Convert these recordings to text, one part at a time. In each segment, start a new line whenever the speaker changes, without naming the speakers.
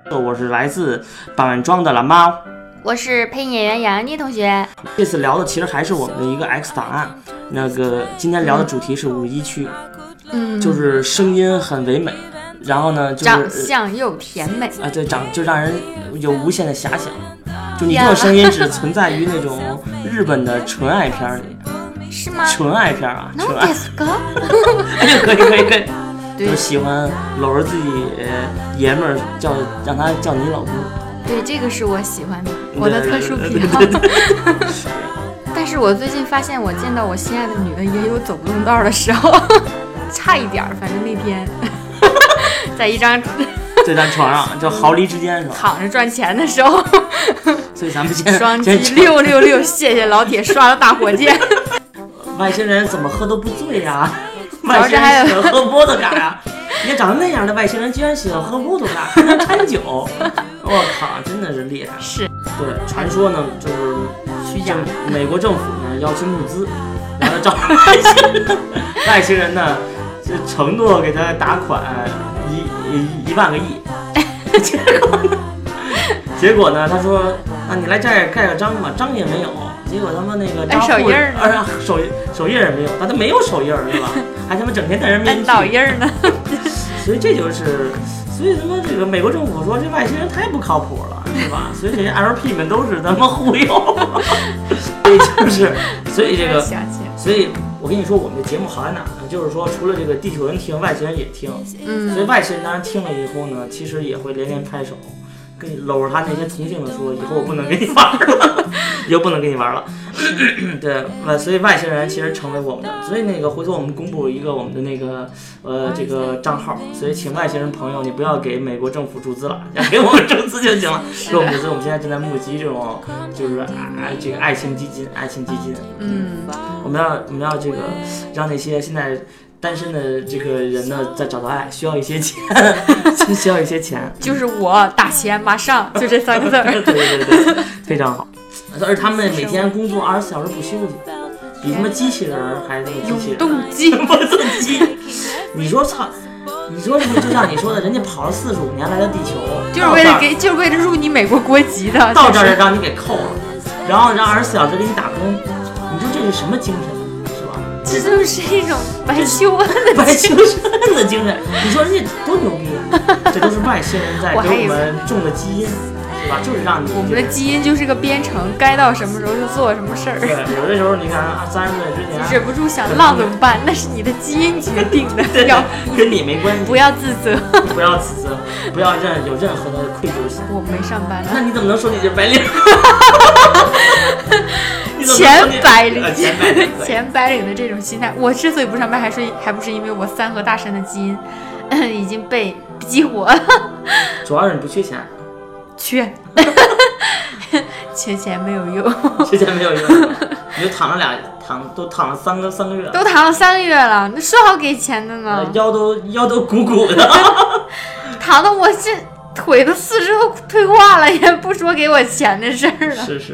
我是来自板庄的蓝猫，
我是配音演员杨妮同学。
这次聊的其实还是我们的一个 X 档案。今天聊的主题是51区，就是声音很唯美，然后呢，就是
长相又甜美
啊，对，就让人有无限的遐想。就你这种声音只存在于那种日本的纯爱片里，
是吗？
纯爱片啊，纯爱。可以。就喜欢搂着自己爷们儿让他叫你老公。
对，这个是我喜欢的，我的特殊癖好。但是我最近发现，我见到我心爱的女的也有走不动道的时候，差一点，反正那天在一张
在咱床上，就毫厘之间是吧？
躺着赚钱的时候，
所以咱们先
双击666，谢谢老铁刷了大火箭。
外星人怎么喝都不醉呀？外星人喜欢喝波多嘎呀？你看长得那样的外星人居然喜欢喝波多嘎，还能掺酒，我靠，真的是厉害。
是，
对，传说呢就是
虚假，美
国政府呢要求募资，然后找外星人呢就承诺给他打款1万个亿，结果呢他说啊你来这儿盖个章吧，章也没有。结果他们那个
手印儿，
手印也没有，他都没有手印儿，对吧？还他妈整天在人面前
倒印儿呢。
所以这就是，所以他妈这个美国政府说这外星人太不靠谱了，是吧？所以这些 LP 们都是他妈忽悠。所以就是，所以这个，所以我跟你说，我们的节目好在哪呢？就是说，除了这个地球人听，外星人也听。所以外星人当然听了以后呢，其实也会连连拍手。跟你搂着他那些同性的说，以后我不能跟你玩了，以后不能跟你玩了。对，所以外星人其实成为我们的，所以那个回头我们公布一个我们的那个这个账号，所以请外星人朋友，你不要给美国政府注资了，给我们注资就行了。给我们注资，我们现在正在募集这种就是这个爱情基金。我们要这个让那些现在单身的这个人呢，在找到爱需要一些钱，需要一些钱，
就是我打钱马上，就这3个字。
对，非常好。而他们每天工作24小时不休息，比他妈机器人还那个机器人。
永动机，
不动机。你说操，你说就像你说的，人家跑了45年来到地球，
就是为了入你美国国籍的，
到这儿让你给扣了，然后让24小时给你打工，你说这是什么精神？
这就是一种白求恩
的精神。你说人家多牛逼啊！这都是外星人在给我们种的基因，是吧？就是让你
我们的基因就是个编程，该到什么时候就做什么事儿。
对，有的时候你看30岁之前
忍不住想浪怎么办？那是你的基因决定的，要
跟你没关系。
不要自责，
不要自责，不要有任何的愧疚心。
我没上班了，
那你怎么能说你是白领？
前白领的这种心态，我之所以不上班，还不是因为我3和大山的基因已经被激活了。
主要是你不缺钱，
缺钱没有用，
缺钱没有用，你就躺了都躺了三个月了，
都躺了3个月了，那说好给钱的呢，
腰都鼓鼓的，
躺的我这腿都四肢都退化了，也不说给我钱的事儿了。
是。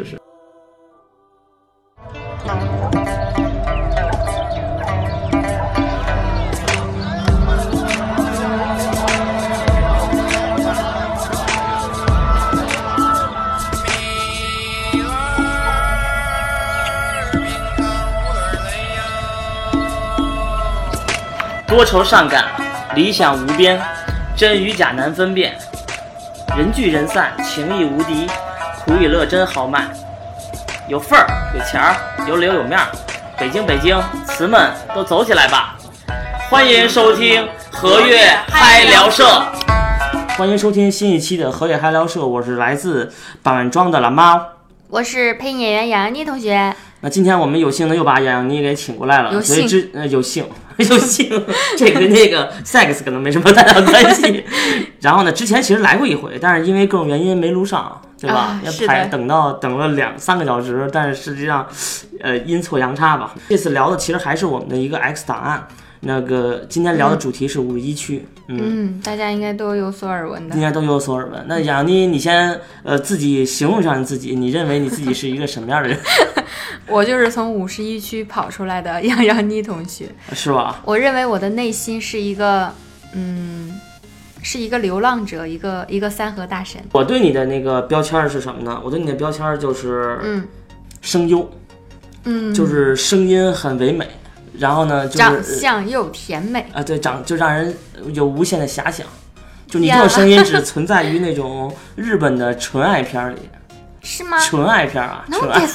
多愁善感，理想无边，真与假难分辨，人聚人散，情义无敌，苦与乐真豪迈，有份儿有钱儿有脸有面儿，北京，词们都走起来吧！欢迎收听和悦嗨聊社，欢迎收听新一期的和悦嗨聊社，我是来自板庄的蓝猫，
我是配音演员杨妮同学。
那今天我们有幸的又把杨妮给请过来了，所以有幸，这跟那个 sex 可能没什么太大关系。然后呢，之前其实来过一回，但是因为各种原因没录上，对吧？要等了2-3个小时，但是实际上，阴错阳差吧。这次聊的其实还是我们的一个 X 档案。今天聊的主题是51区，
大家应该都有所耳闻的。
那杨妮，你先自己形容上你自己，你认为你自己是一个什么样的人？
我就是从51区跑出来的杨妮同学，
是吧？
我认为我的内心是一个是一个流浪者，一个三河大神。
我对你的那个标签是什么呢？我对你的标签就是声优，就是声音很唯美，然后呢就是
长相又甜美
啊，对，就让人有无限的遐想。就你这种声音只存在于那种日本的纯爱片里。
是吗？
纯爱片啊，
纯爱。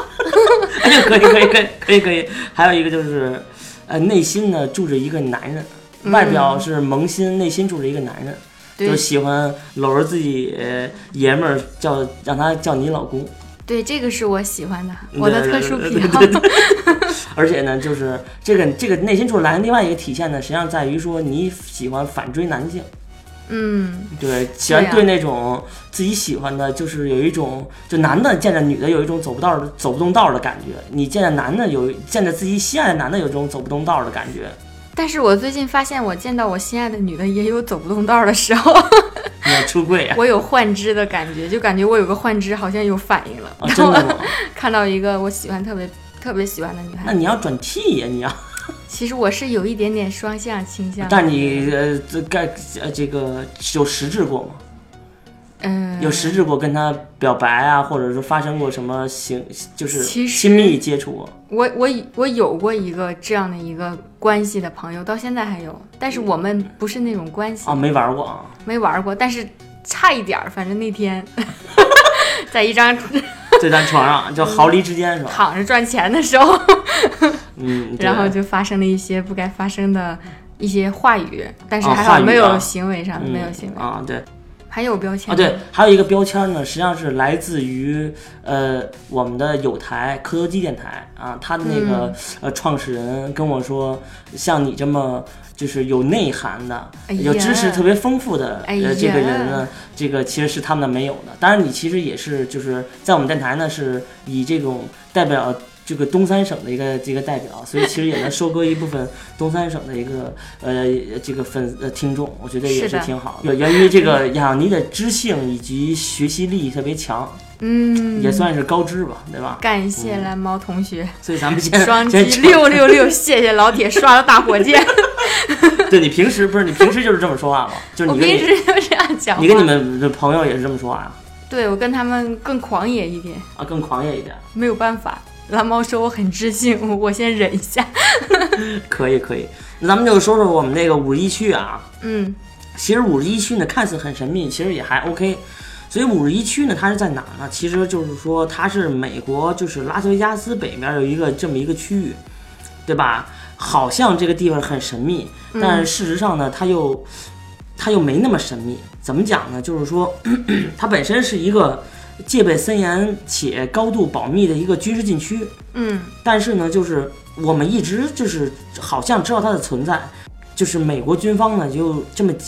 可以。还有一个就是，内心呢住着一个男人，外表是萌新，内心住着一个男人，就喜欢搂着自己爷们儿，让他叫你老公。
对，这个是我喜欢的，我的特殊癖好。
而且呢，就是这个内心住着男人，另外一个体现呢，实际上在于说你喜欢反追男性。对，喜欢对那种自己喜欢的，就是有一种，就男的见着女的有一种走不动道的感觉，你见着男的见着自己心爱的男的有一种走不动道的感觉。
但是我最近发现，我见到我心爱的女的也有走不动道的时候。
你要出柜啊？
我有幻肢的感觉，就感觉我有个幻肢好像有反应了。
哦，真的吗？
看到一个我喜欢特别喜欢的女孩，
那你要转 T 呀，你要。
其实我是有一点点双向倾向，
但你这个有实质过吗？有实质过跟他表白啊，或者是发生过什么就是亲密接触？
我有过一个这样的一个关系的朋友，到现在还有，但是我们不是那种关系
啊，没玩过啊，
没玩过，但是差一点，反正那天在一张
在咱床上就毫厘之间是吧？
躺着赚钱的时候，
然
后就发生了一些不该发生的一些话语，但是还好没有行为上的，没有行为
啊，对。
还有标签
啊，对，还有一个标签呢，实际上是来自于我们的有台磕头机电台啊，他的那个创始人跟我说，像你这么就是有内涵的、有知识特别丰富的这个人呢，这个其实是他们没有的。当然，你其实也是就是在我们电台呢是以这种代表这个东三省的一个这个代表，所以其实也能收割一部分东三省的一个这个听众，我觉得也是挺好的。源于这个雅尼的知性以及学习力特别强，也算是高知吧，对吧？
感谢蓝猫同学，
所以咱们现在
双击666，谢谢老铁刷了大火箭。
对，你平时就是这么说话吗？就是你
平时就这样讲话。
你跟你们的朋友也是这么说话呀？
对，我跟他们更狂野一点
啊，更狂野一点，
没有办法。蓝猫说我很知性，我先忍一下。
可以，那咱们就说说我们那个51区啊。其实51区呢看似很神秘，其实也还 OK。所以51区呢它是在哪呢？其实就是说它是美国就是拉斯维加斯北面有这么一个区域，对吧？好像这个地方很神秘，但是事实上呢它又没那么神秘。怎么讲呢？就是说它本身是一个戒备森严且高度保密的一个军事禁区，但是呢，就是我们一直就是好像知道它的存在，就是美国军方呢就这么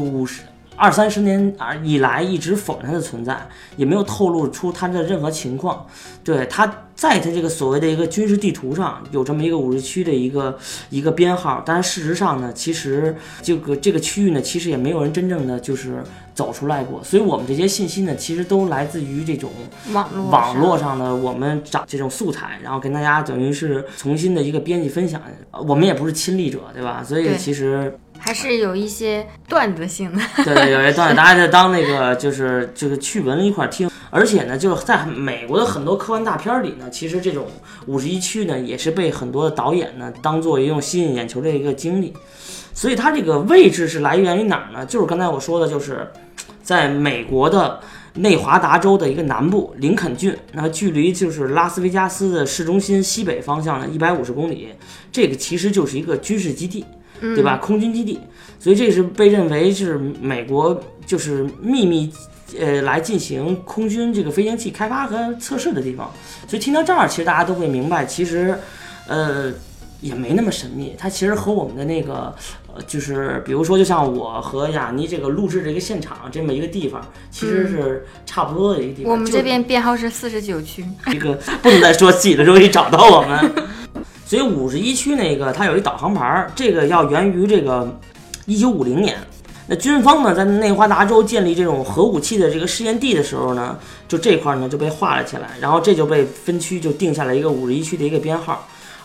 20-30年以来一直否认它的存在，也没有透露出它的任何情况。对，它在它这个所谓的一个军事地图上有这么一个50区的一个编号，但是事实上呢，其实这个区域呢，其实也没有人真正的就是走出来过。所以我们这些信息呢，其实都来自于这种网络上的我们找这种素材，然后跟大家等于是重新的一个编辑分享。我们也不是亲历者，对吧？所以其实
还是有一些段子性的。
对，有些段子大家就当那个就是趣闻一块听。而且呢，就是在美国的很多科幻大片里呢，其实这种51区呢也是被很多的导演呢当做一种吸引眼球的一个经历。所以它这个位置是来源于哪儿呢？就是刚才我说的，就是在美国的内华达州的一个南部林肯郡，那距离就是拉斯维加斯的市中心西北方向呢150公里，这个其实就是一个军事基地，对吧？空军基地。所以这是被认为是美国就是秘密来进行空军这个飞行器开发和测试的地方。所以听到这儿，其实大家都会明白，其实也没那么神秘。它其实和我们的那个就是比如说就像我和雅尼这个录制这个现场这么一个地方，其实是差不多的一个地方。
我们这边编号是49区，
这个不能再说自己的时候可以找到我们。所以51区那个它有一导航牌，这个要源于这个1950年。那军方呢在内华达州建立这种核武器的这个试验地的时候呢，就这块呢就被画了起来，然后这就被分区就定下了一个51区的一个编号。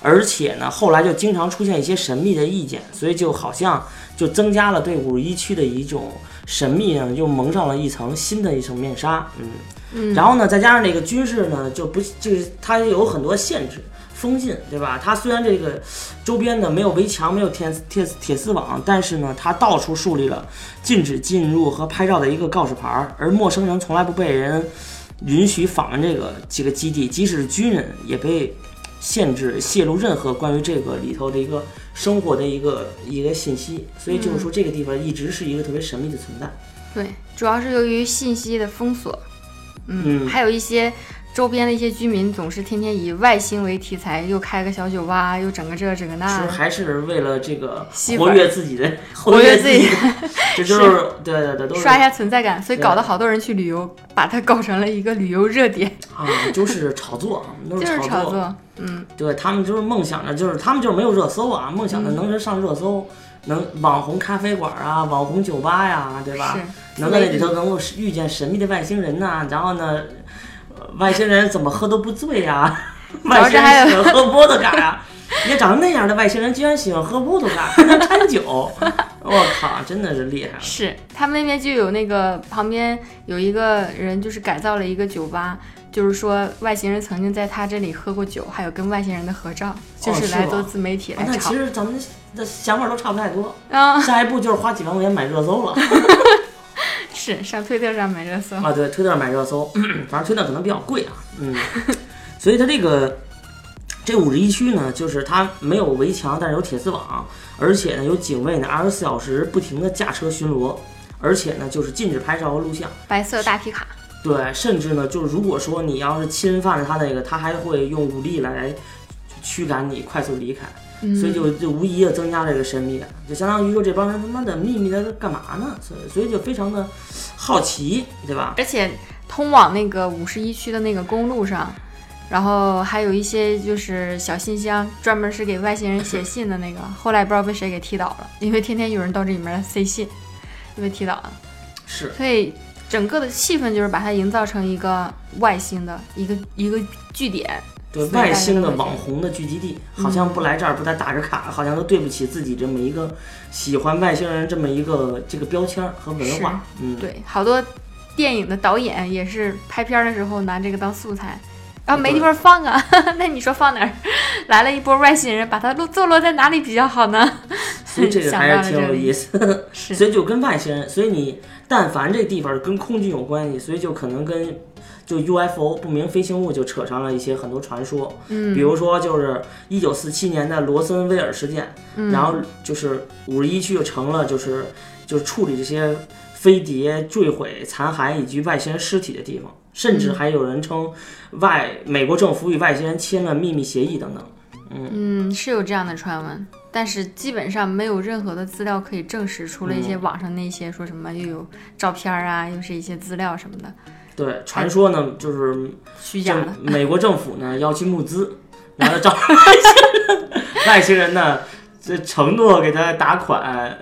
而且呢，后来就经常出现一些神秘的意见，所以就好像就增加了对51区的一种神秘呢，又蒙上了一层新的一层面纱。然后呢，再加上这个军事呢，就是它有很多限制。封禁，对吧？它虽然这个周边呢没有围墙，没有铁丝网，但是呢，它到处树立了禁止进入和拍照的一个告示牌，而陌生人从来不被人允许访问这个基地，即使是军人也被限制泄露任何关于这个里头的一个生活的一个信息。所以就是说，这个地方一直是一个特别神秘的存在。
对，主要是由于信息的封锁，还有一些。周边的一些居民总是天天以外星为题材，又开个小酒吧，又整个这整个那，
是还是为了这个
活
跃自己的，这就是对，都是
刷一下存在感，所以搞得好多人去旅游，把它搞成了一个旅游热点
啊，就是炒作，都是
炒作，
对他们就是梦想着，就是他们就是没有热搜啊，梦想着能上热搜，能网红咖啡馆啊，网红酒吧呀，对吧？能在那里头能够遇见神秘的外星人呐，然后呢？外星人怎么喝都不醉呀？外星人喜欢喝波多嘎呀！你看长成那样的外星人居然喜欢喝波多嘎，还能掺酒，我靠，真的是厉害！
是他们那边就有那个旁边有一个人，就是改造了一个酒吧，就是说外星人曾经在他这里喝过酒，还有跟外星人的合照，就是来做自媒体来炒。
那其实咱们的想法都差不太多啊。下一步就是花几万块钱买热搜了。
是上推特上买热搜
啊，对，推特买热搜，反正推特可能比较贵啊，所以它这51区呢，就是它没有围墙，但是有铁丝网，而且呢有警卫呢24小时不停的驾车巡逻，而且呢就是禁止拍照和录像，
白色大皮卡，
对，甚至呢就是如果说你要是侵犯了它那个，它还会用武力来驱赶你快速离开。所以就无疑的增加这个神秘感，就相当于说这帮人他妈的秘密的干嘛呢？所以就非常的好奇，对吧？
而且通往那个51区的那个公路上，然后还有一些就是小信箱，专门是给外星人写信的那个，后来不知道被谁给踢倒了，因为天天有人到这里面来塞信，就被踢倒了。
是，
所以整个的气氛就是把它营造成一个外星的一个据点。
对，外星的网红的聚集地，好像不来这儿不再打个卡，好像都对不起自己这么一个喜欢外星人这么一个这个标签和文化。
对，好多电影的导演也是拍片的时候拿这个当素材，然后没地方放啊，那你说放哪儿？来了一波外星人，把它坐落在哪里比较好呢？
所以这个还是挺有意思。所以就跟外星人，所以你但凡这地方跟空军有关系，所以就可能跟。就 UFO 不明飞行物就扯上了一些很多传说，比如说就是1947年的罗森威尔事件，然后就是51区就成了就是处理这些飞碟坠毁残骸以及外星人尸体的地方，甚至还有人称美国政府与外星人签了秘密协议等等。
是有这样的传闻，但是基本上没有任何的资料可以证实，除了一些网上那些说什么又有照片啊，又是一些资料什么的。
对，传说呢就是
虚假的。
美国政府呢要去募资，然后找外星人呢，这承诺给他打款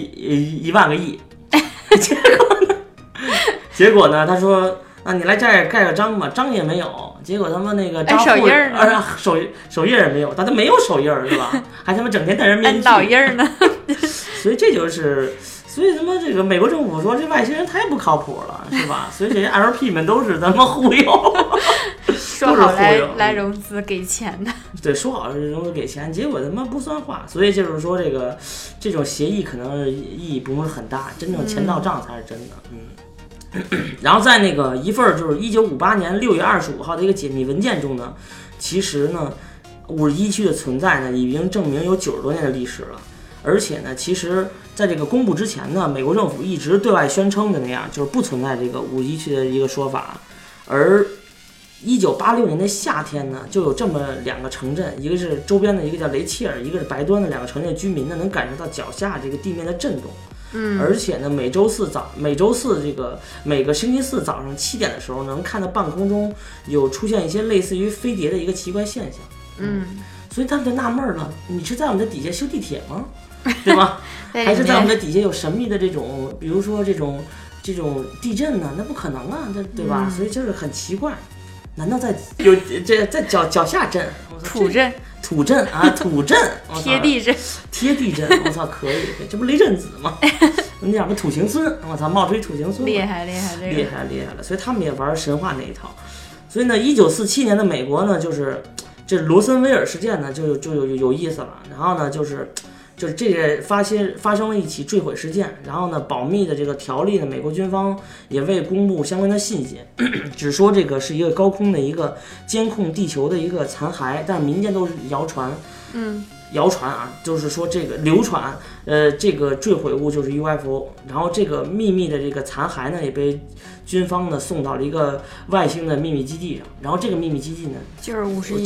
1万个亿，结果呢他说啊你来这儿盖个章吧，章也没有，结果他们那个章
手印
呢，手印也没有，但他没有手印是吧？还他妈整天戴人面具，
倒印呢。
所以这就是。所以他妈这个美国政府说这外星人太不靠谱了，是吧？所以这些 LP 们都是他妈忽悠，
说好来融资给钱的。
对，说好是融资给钱，结果他妈不算话。所以就是说这种协议可能意义不是很大，真正钱到账才是真的。然后在那个一份就是1958年6月25号的一个解密文件中呢，其实呢51区的存在呢已经证明有90多年的历史了。而且呢，其实在这个公布之前呢，美国政府一直对外宣称的那样，就是不存在这个51区的一个说法。而1986年的夏天呢，就有这么2个城镇，一个是周边的一个叫雷切尔，一个是白端的2个城镇居民呢，能感受到脚下这个地面的震动。而且呢，每周四这个每个星期四早上7点的时候，能看到半空中有出现一些类似于飞碟的一个奇怪现象。所以他们就纳闷了，你是在我们的底下修地铁吗？对吧？还是在我们的底下有神秘的这种，比如说这种地震呢？那不可能啊，对吧？所以就是很奇怪，难道在脚下震？
土震
土镇啊，土镇
贴地镇，
贴地镇，我操，可以，这不雷震子吗？你讲个土行孙，我操，冒出一土行孙，
厉害，厉害
了。所以他们也玩神话那一套。所以呢，1947年的美国呢，就是这罗森威尔事件呢，就有意思了。然后呢，就是这个发生了一起坠毁事件，然后呢，保密的这个条例呢，美国军方也未公布相关的信息，只说这个是一个高空的一个监控地球的一个残骸，但是民间都是谣传，啊，就是说这个流传，这个坠毁物就是 UFO， 然后这个秘密的这个残骸呢，也被军方呢送到了一个外星的秘密基地上，然后这个秘密基地呢，就是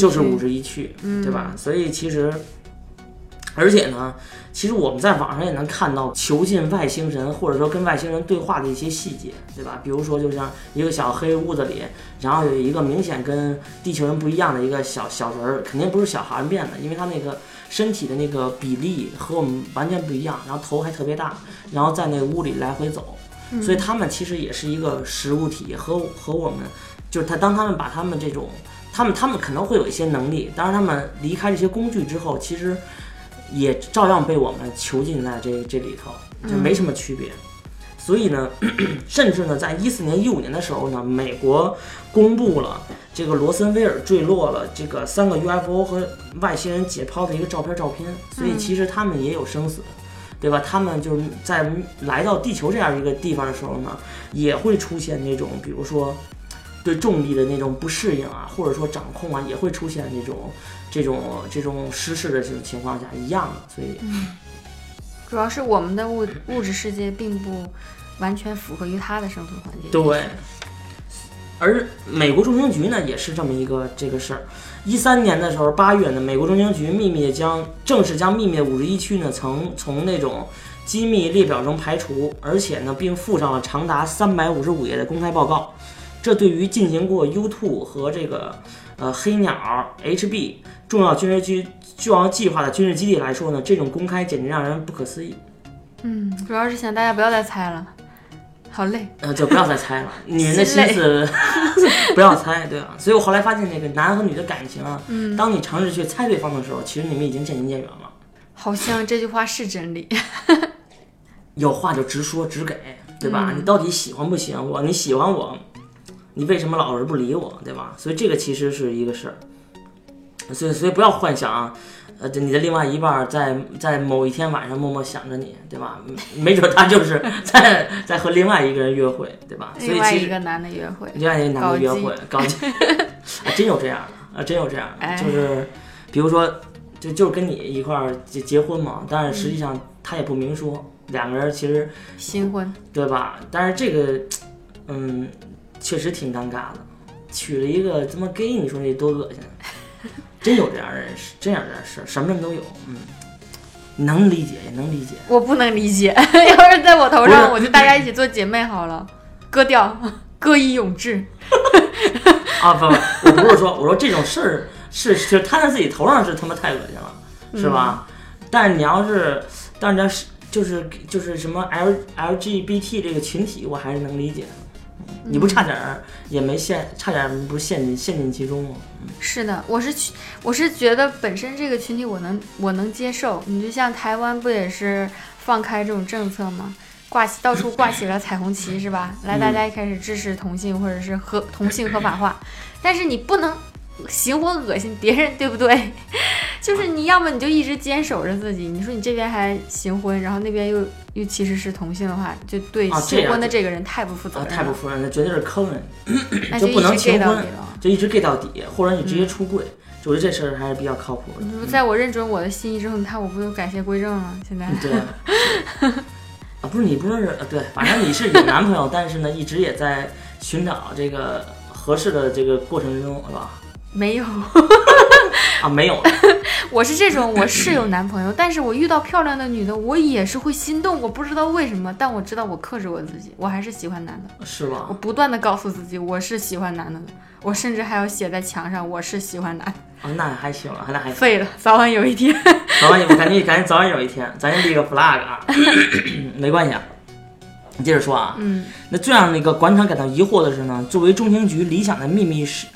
51区，对吧？所以其实。而且呢，其实我们在网上也能看到囚禁外星人，或者说跟外星人对话的一些细节，对吧？比如说，就像一个小黑屋子里，然后有一个明显跟地球人不一样的一个小人，肯定不是小孩变的，因为他那个身体的那个比例和我们完全不一样，然后头还特别大，然后在那个屋里来回走，所以他们其实也是一个实物体，和我们就是当他们把他们这种他们可能会有一些能力，当然他们离开这些工具之后，其实。也照样被我们囚禁在这里头，就没什么区别。所以呢，甚至呢，在14年、15年的时候呢，美国公布了这个罗森威尔坠落了这个3个 UFO 和外星人解剖的一个照片。所以其实他们也有生死，对吧？他们就是在来到地球这样一个地方的时候呢，也会出现那种，比如说对重力的那种不适应啊，或者说掌控啊，也会出现这种失事的这种情况下一样的。所以，
主要是我们的物质世界并不完全符合于它的生存环境。
对。而美国中情局呢，也是这么这个事儿。13年的时候，8月呢，美国中情局正式将秘密的51区呢，从那种机密列表中排除，而且呢，并附上了长达355页的公开报告。这对于进行过 U2 和这个黑鸟 HB 重要计划的军事基地来说呢，这种公开简直让人不可思议。
主要是想大家不要再猜了，好累。
就不要再猜了，女人的心思不要猜，对吧？所以我后来发现，这个男和女的感情啊，当你尝试去猜对方的时候，其实你们已经渐行渐远了。
好像这句话是真理。
有话就直说直给，对吧？你到底喜欢不喜欢我？你喜欢我？你为什么老是不理我，对吧？所以这个其实是一个事儿，所以不要幻想啊，你的另外一半在某一天晚上默默想着你，对吧？没准他就是在和另外一个人约会，对吧？所以
另外一个男的约会，
搞基，真有这样的，真有这样的，就是比如说就是跟你一块儿结婚嘛，但是实际上他也不明说，两个人其实
新婚，对
吧？但是这个，确实挺尴尬的，娶了一个这么 gay， 你说这多恶心！真有这样的人，这样的事，什么人都有。能理解也能理解。我
不能理解，要是在我头上，我就大家一起做姐妹好了，割掉，歌以咏志。
不，我不是说，我说这种事儿是摊在自己头上是他妈太恶心了，是吧？但是你要是就是什么 LGBT 这个群体，我还是能理解的。你不差点也没差点不是陷进其中吗？
是的，我是觉得本身这个群体我能接受。你就像台湾不也是放开这种政策吗？到处挂起了彩虹旗是吧？来，大家一开始支持同性或者是同性合法化，但是你不能行我恶心别人，对不对？就是你要么你就一直坚守着自己，你说你这边还行婚，然后那边又其实是同性的话，就对行婚的这个人太不负责任了，
太不负责任了，绝对是坑人，就不能行婚，就一直 gay 到底，或者你直接出柜。我觉得这事儿还是比较靠谱的。
在我认准我的心意之后，你看我不就改邪归正了？现在
对不是你不是对，反正你是有男朋友，但是呢，一直也在寻找这个合适的这个过程中，是吧？
没有
没有。
我是这种，我是有男朋友，但是我遇到漂亮的女的，我也是会心动，我不知道为什么，但我知道我克制我自己，我还是喜欢男的。
是吧？
我不断的告诉自己我是喜欢男的，我甚至还要写在墙上我是喜欢男的。
那还行，那还
废了，早晚有一天。
赶紧早晚有一天，咱先立个 flag 啊。没关系啊。你接着说啊。
那
最让那个广场感到疑惑的是呢，作为中情局理想的秘密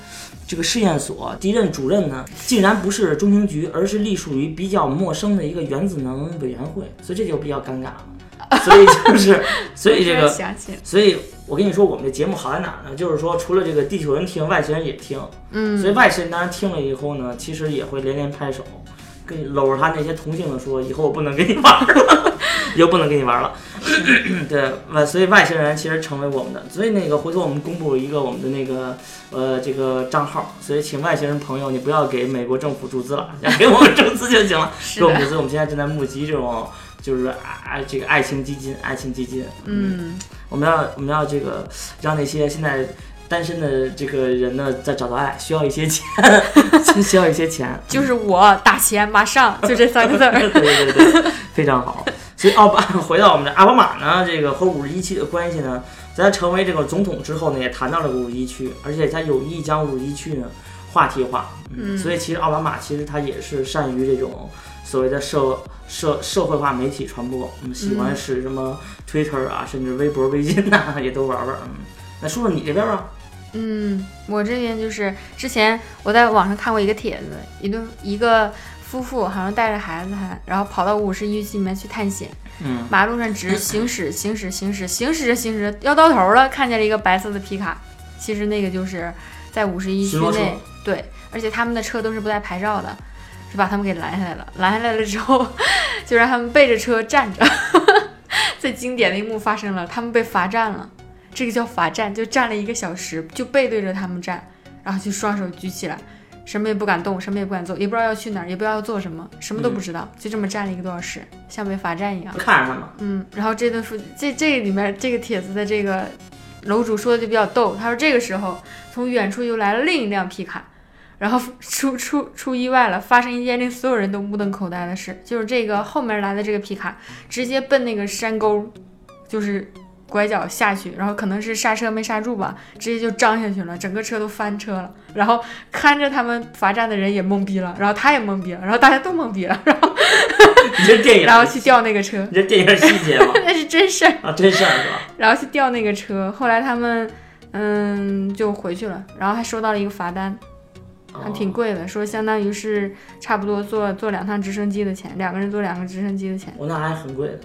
这个试验所第一任主任呢，竟然不是中情局，而是隶属于比较陌生的一个原子能委员会，所以这就比较尴尬了。所以所以这个，所以我跟你说，我们的节目好在哪儿呢？就是说，除了这个地球人听，外星人也听。所以外星人当然听了以后呢，其实也会连连拍手，跟搂着他那些同性的说，以后我不能跟你玩了，以后不能跟你玩了。对，所以外星人其实成为我们的，所以那个回头我们公布一个我们的那个这个账号，所以请外星人朋友，你不要给美国政府注资了，给我们注资就行了。给我们注资，我们现在正在募集这种就是这个爱情基金，我们要这个让那些现在单身的这个人呢，在找到爱需要一些钱，需要一些钱，
就是我打钱马上，就这3个字儿。
对，非常好。所以回到我们的奥巴马呢，这个和51区的关系呢，在他成为这个总统之后呢，也谈到了51区，而且他有意将51区呢话题化。所以其实奥巴马其实他也是善于这种所谓的社会化媒体传播，喜欢使什么 Twitter 啊，甚至微博、微信啊，也都玩玩。那说说你这边吧。
我这边就是之前我在网上看过一个帖子，一个夫妇好像带着孩子然后跑到51区里面去探险。马路上直行驶着，要到头了，看见了一个白色的皮卡，其实那个就是在51区内，对，而且他们的车都是不带牌照的，是把他们给拦下来了之后，就让他们背着车站着。最经典的一幕发生了，他们被罚站了，这个叫罚站，就站了1个小时，就背对着他们站，然后就双手举起来，什么也不敢动，什么也不敢做，也不知道要去哪儿，也不知道要做什么，什么都不知道，就这么站了1个多小时，像被罚站一样。
看着他们。
然后这个里面这个帖子的这个楼主说的就比较逗，他说这个时候从远处又来了另一辆皮卡，然后出意外了，发生一件令所有人都目瞪口呆的事，就是这个后面来的这个皮卡直接奔那个山沟，就是拐角下去，然后可能是刹车没刹住吧，直接就张下去了，整个车都翻车了，然后看着他们罚站的人也懵逼了，然后他也懵逼了，然后大家都懵逼了，然后
你这电影，
然后去调那个车，
你这电影细节吗？
那是真事儿
啊，真事儿是吧？
然后去调那个车，后来他们就回去了，然后还收到了一个罚单，还挺贵的，说相当于是差不多坐2趟直升机的钱，2个人坐2个直升机的钱。
那还很贵的。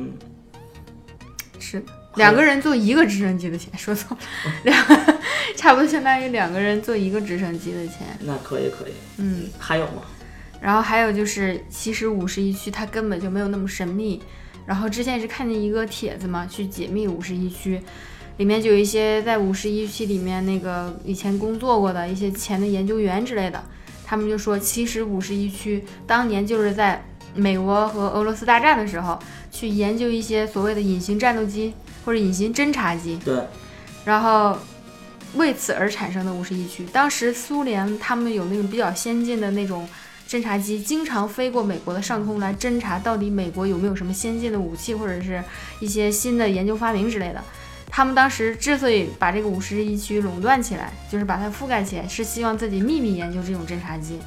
是的，2个人坐1个直升机的钱，说错了，差不多相当于2个人坐1个直升机的钱。
那可以。还有吗？
然后还有就是，其实51区它根本就没有那么神秘。然后之前也是看见一个帖子嘛，去解密51区，里面就有一些在51区里面那个以前工作过的一些前的研究员之类的，他们就说，其实51区当年就是在美国和俄罗斯大战的时候，去研究一些所谓的隐形战斗机或者隐形侦察机。
对。
然后为此而产生的51区，当时苏联他们有那种比较先进的那种侦察机，经常飞过美国的上空来侦察到底美国有没有什么先进的武器或者是一些新的研究发明之类的。他们当时之所以把这个51区垄断起来，就是把它覆盖起来，是希望自己秘密研究这种侦察机。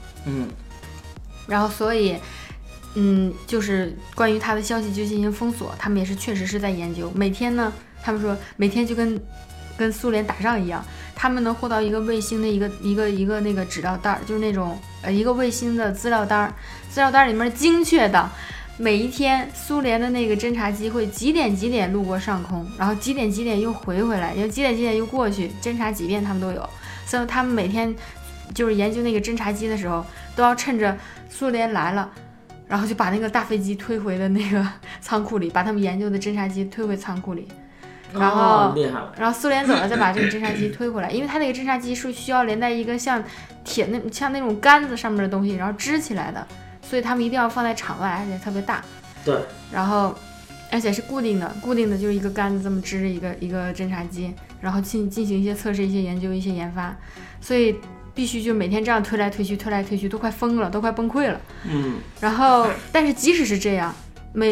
然后所以就是关于他的消息就进行封锁，他们也是确实是在研究。每天呢，他们说每天就跟苏联打仗一样，他们能获到一个卫星的一个那个资料袋，就是那种一个卫星的资料袋，资料袋里面精确的每一天苏联的那个侦察机会几点路过上空，然后几点又回来，又几点又过去，侦察几遍他们都有。所以他们每天就是研究那个侦察机的时候，都要趁着苏联来了，然后就把那个大飞机推回的那个仓库里，把他们研究的侦察机推回仓库里，然后然后苏联走了再把这个侦察机推回来，因为它那个侦察机是需要连带一个像那种杆子上面的东西，然后支起来的，所以他们一定要放在场外，而且特别大。
对。
然后而且是固定的就是一个杆子这么支着一个侦察机，然后进行一些测试、一些研究、一些研发，所以必须就每天这样推来推去，都快疯了，都快崩溃了。然后但是即使是这样，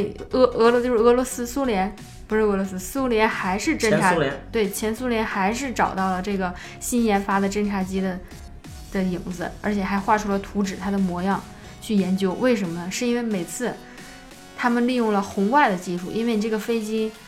苏联还是侦察，对，前苏联还是找到了这个新研发的侦察机的影子，而且还画出了图纸，它的模样去研究。为什么呢？是因为每次他们利用了红外的技术，因为你这个飞机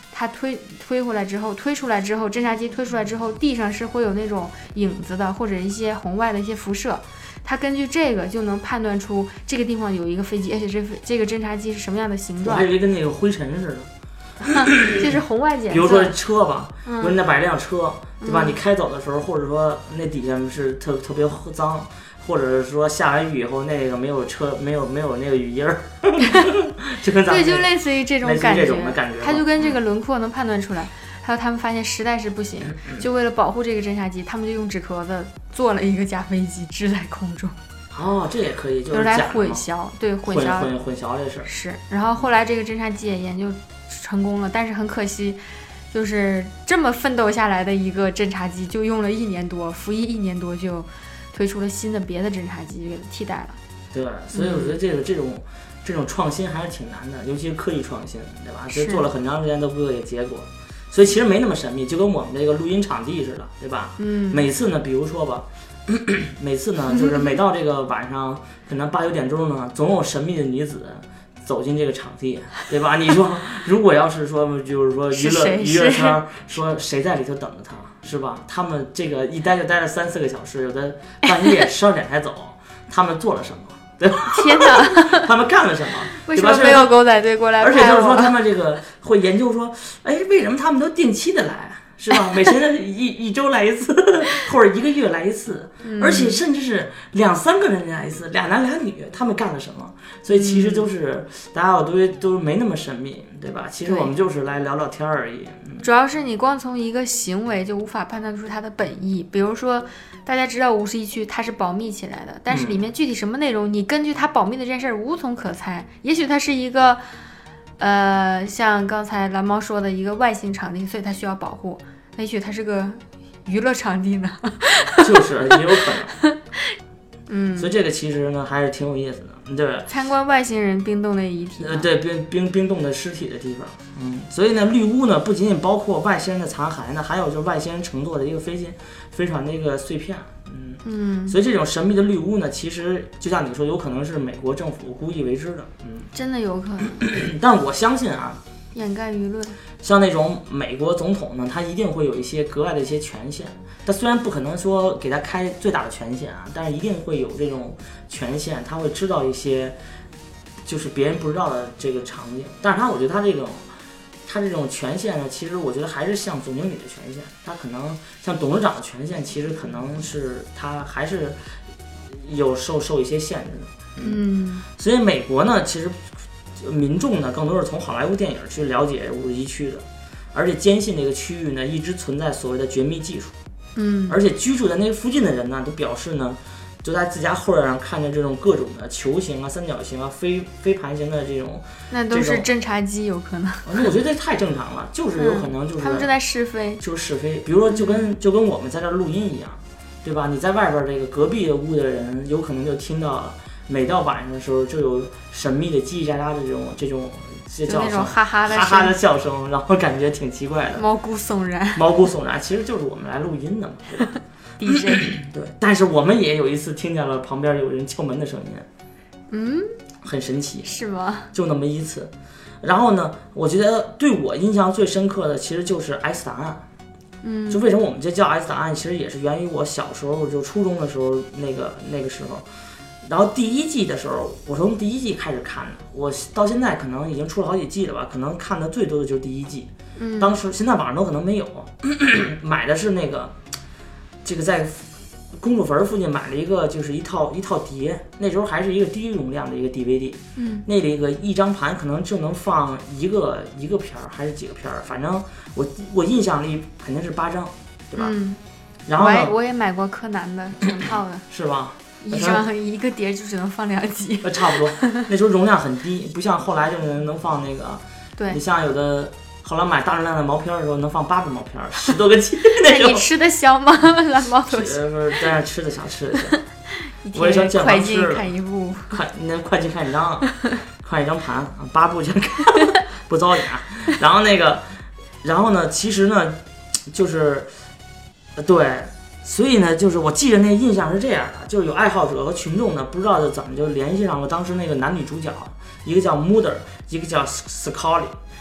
它推出来之后，侦察机推出来之后，地上是会有那种影子的，或者一些红外的一些辐射。它根据这个就能判断出这个地方有一个飞机，而且这个侦察机是什么样的形状。
我还以为跟那个灰尘似的。
这是红外检测。
比如说车吧，比如你那摆辆车，对吧？你开走的时候，或者说那底下是特别脏，或者是说下完雨以后那个没有那个雨印儿，就跟咱们
对，就类似于这种感觉，它就跟这个轮廓能判断出来。还有他们发现实在是不行，就为了保护这个侦察机，他们就用纸壳子做了一个假飞机支在空中。
哦，这也可以，就是
来混淆，对，混淆
这事儿
是。然后后来这个侦察机也研究成功了，但是很可惜，就是这么奋斗下来的一个侦察机，就用了1年多，服役1年多就推出了新的别的侦察机，就给它替代了。
对，所以我觉得这种创新还是挺难的，尤其是科技创新，对吧？就做了很长时间都不有结果，所以其实没那么神秘，就跟我们这个录音场地似的，对吧？每次呢，比如说吧。每次呢，就是每到这个晚上，可能8、9点钟呢，总有神秘的女子走进这个场地，对吧？你说，如果要是说，就是说娱乐圈说谁在里头等着他，是吧？他们这个一待就待了3、4个小时，有的半夜12点才走，他们做了什么？对吧？
天哪！
他们干了什么？
为什么没有狗仔队过来拍我？
而且就是说，他们这个会研究说，哎，为什么他们都定期的来？是吧？每天一周来一次，或者1个月来一次，而且甚至是2、3个人来一次，2男2女，他们干了什么？所以其实就是大家都没那么神秘，对吧？其实我们就是来聊聊天而已。
主要是你光从一个行为就无法判断出它的本意。比如说，大家知道51区它是保密起来的，但是里面具体什么内容，你根据它保密的这件事无从可猜。也许它是一个。像刚才蓝猫说的一个外星场地，所以它需要保护。也许它是个娱乐场地呢，
就是也有可能。所以这个其实呢还是挺有意思的，对。
参观外星人冰冻的遗体，
对，冰冻的尸体的地方。所以呢，绿屋呢不仅仅包括外星人的残骸呢，还有就是外星人乘坐的一个飞船的一个碎片。所以这种神秘的绿屋呢，其实就像你说，有可能是美国政府故意为之的。
真的有可能。
但我相信啊，
掩盖舆论。
像那种美国总统呢，他一定会有一些格外的一些权限。他虽然不可能说给他开最大的权限啊，但是一定会有这种权限，他会知道一些就是别人不知道的这个场景。但是我觉得他这种权限呢，其实我觉得还是像总经理的权限，他可能像董事长的权限，其实可能是他还是有受一些限制的。所以美国呢，其实民众呢更多是从好莱坞电影去了解51区的，而且坚信这个区域呢一直存在所谓的绝密技术。而且居住在那个附近的人呢，都表示呢，就在自家后院上看见这种各种的球形啊、三角形啊、飞盘形的这种，
那都是侦察机有可能。
那我觉得这太正常了，就是有可能就是、
他们正在试飞，
就是试飞。比如说就跟我们在这录音一样，对吧？你在外边这个隔壁的屋的人，有可能就听到了，每到晚上的时候就有神秘的叽叽喳喳的这种叫声，
哈哈
的笑声，然后感觉挺奇怪的，
毛骨悚然，
其实就是我们来录音的嘛，对吧
DJ
对，但是我们也有一次听见了旁边有人敲门的声音，很神奇，
是吗？
就那么一次。然后呢，我觉得对我印象最深刻的其实就是 X 档案。就为什么我们这叫 X 档案，其实也是源于我小时候就初中的时候那个时候。然后第1季的时候，我从第1季开始看的，我到现在可能已经出了好几季了吧，可能看的最多的就是第1季。当时现在网上都可能没有，买的是那个这个在公主坟附近买了一个，就是一套碟，那时候还是一个低容量的一个 DVD。那里个一张盘可能就能放一个片儿还是几个片儿，反正我印象里肯定是8张，对吧？然后呢，
我也买过柯南的整套的，
是吧？
一个碟就只能放2集，
差不多。那时候容量很低，不像后来就是能放那个。
对，
你像有的后来买大容量的毛片的时候，能放8个毛片，10多个 G。那
你吃得消吗？蓝猫头。
不是，但是吃得消。
一天快进看一部，
快进看一张，看一张盘，8部全看，不遭眼。然后呢，其实呢，就是对。所以呢，就是我记得那个印象是这样的，就是有爱好者和群众呢，不知道怎么就联系上了当时那个男女主角，一个叫 Mulder， 一个叫 Scully。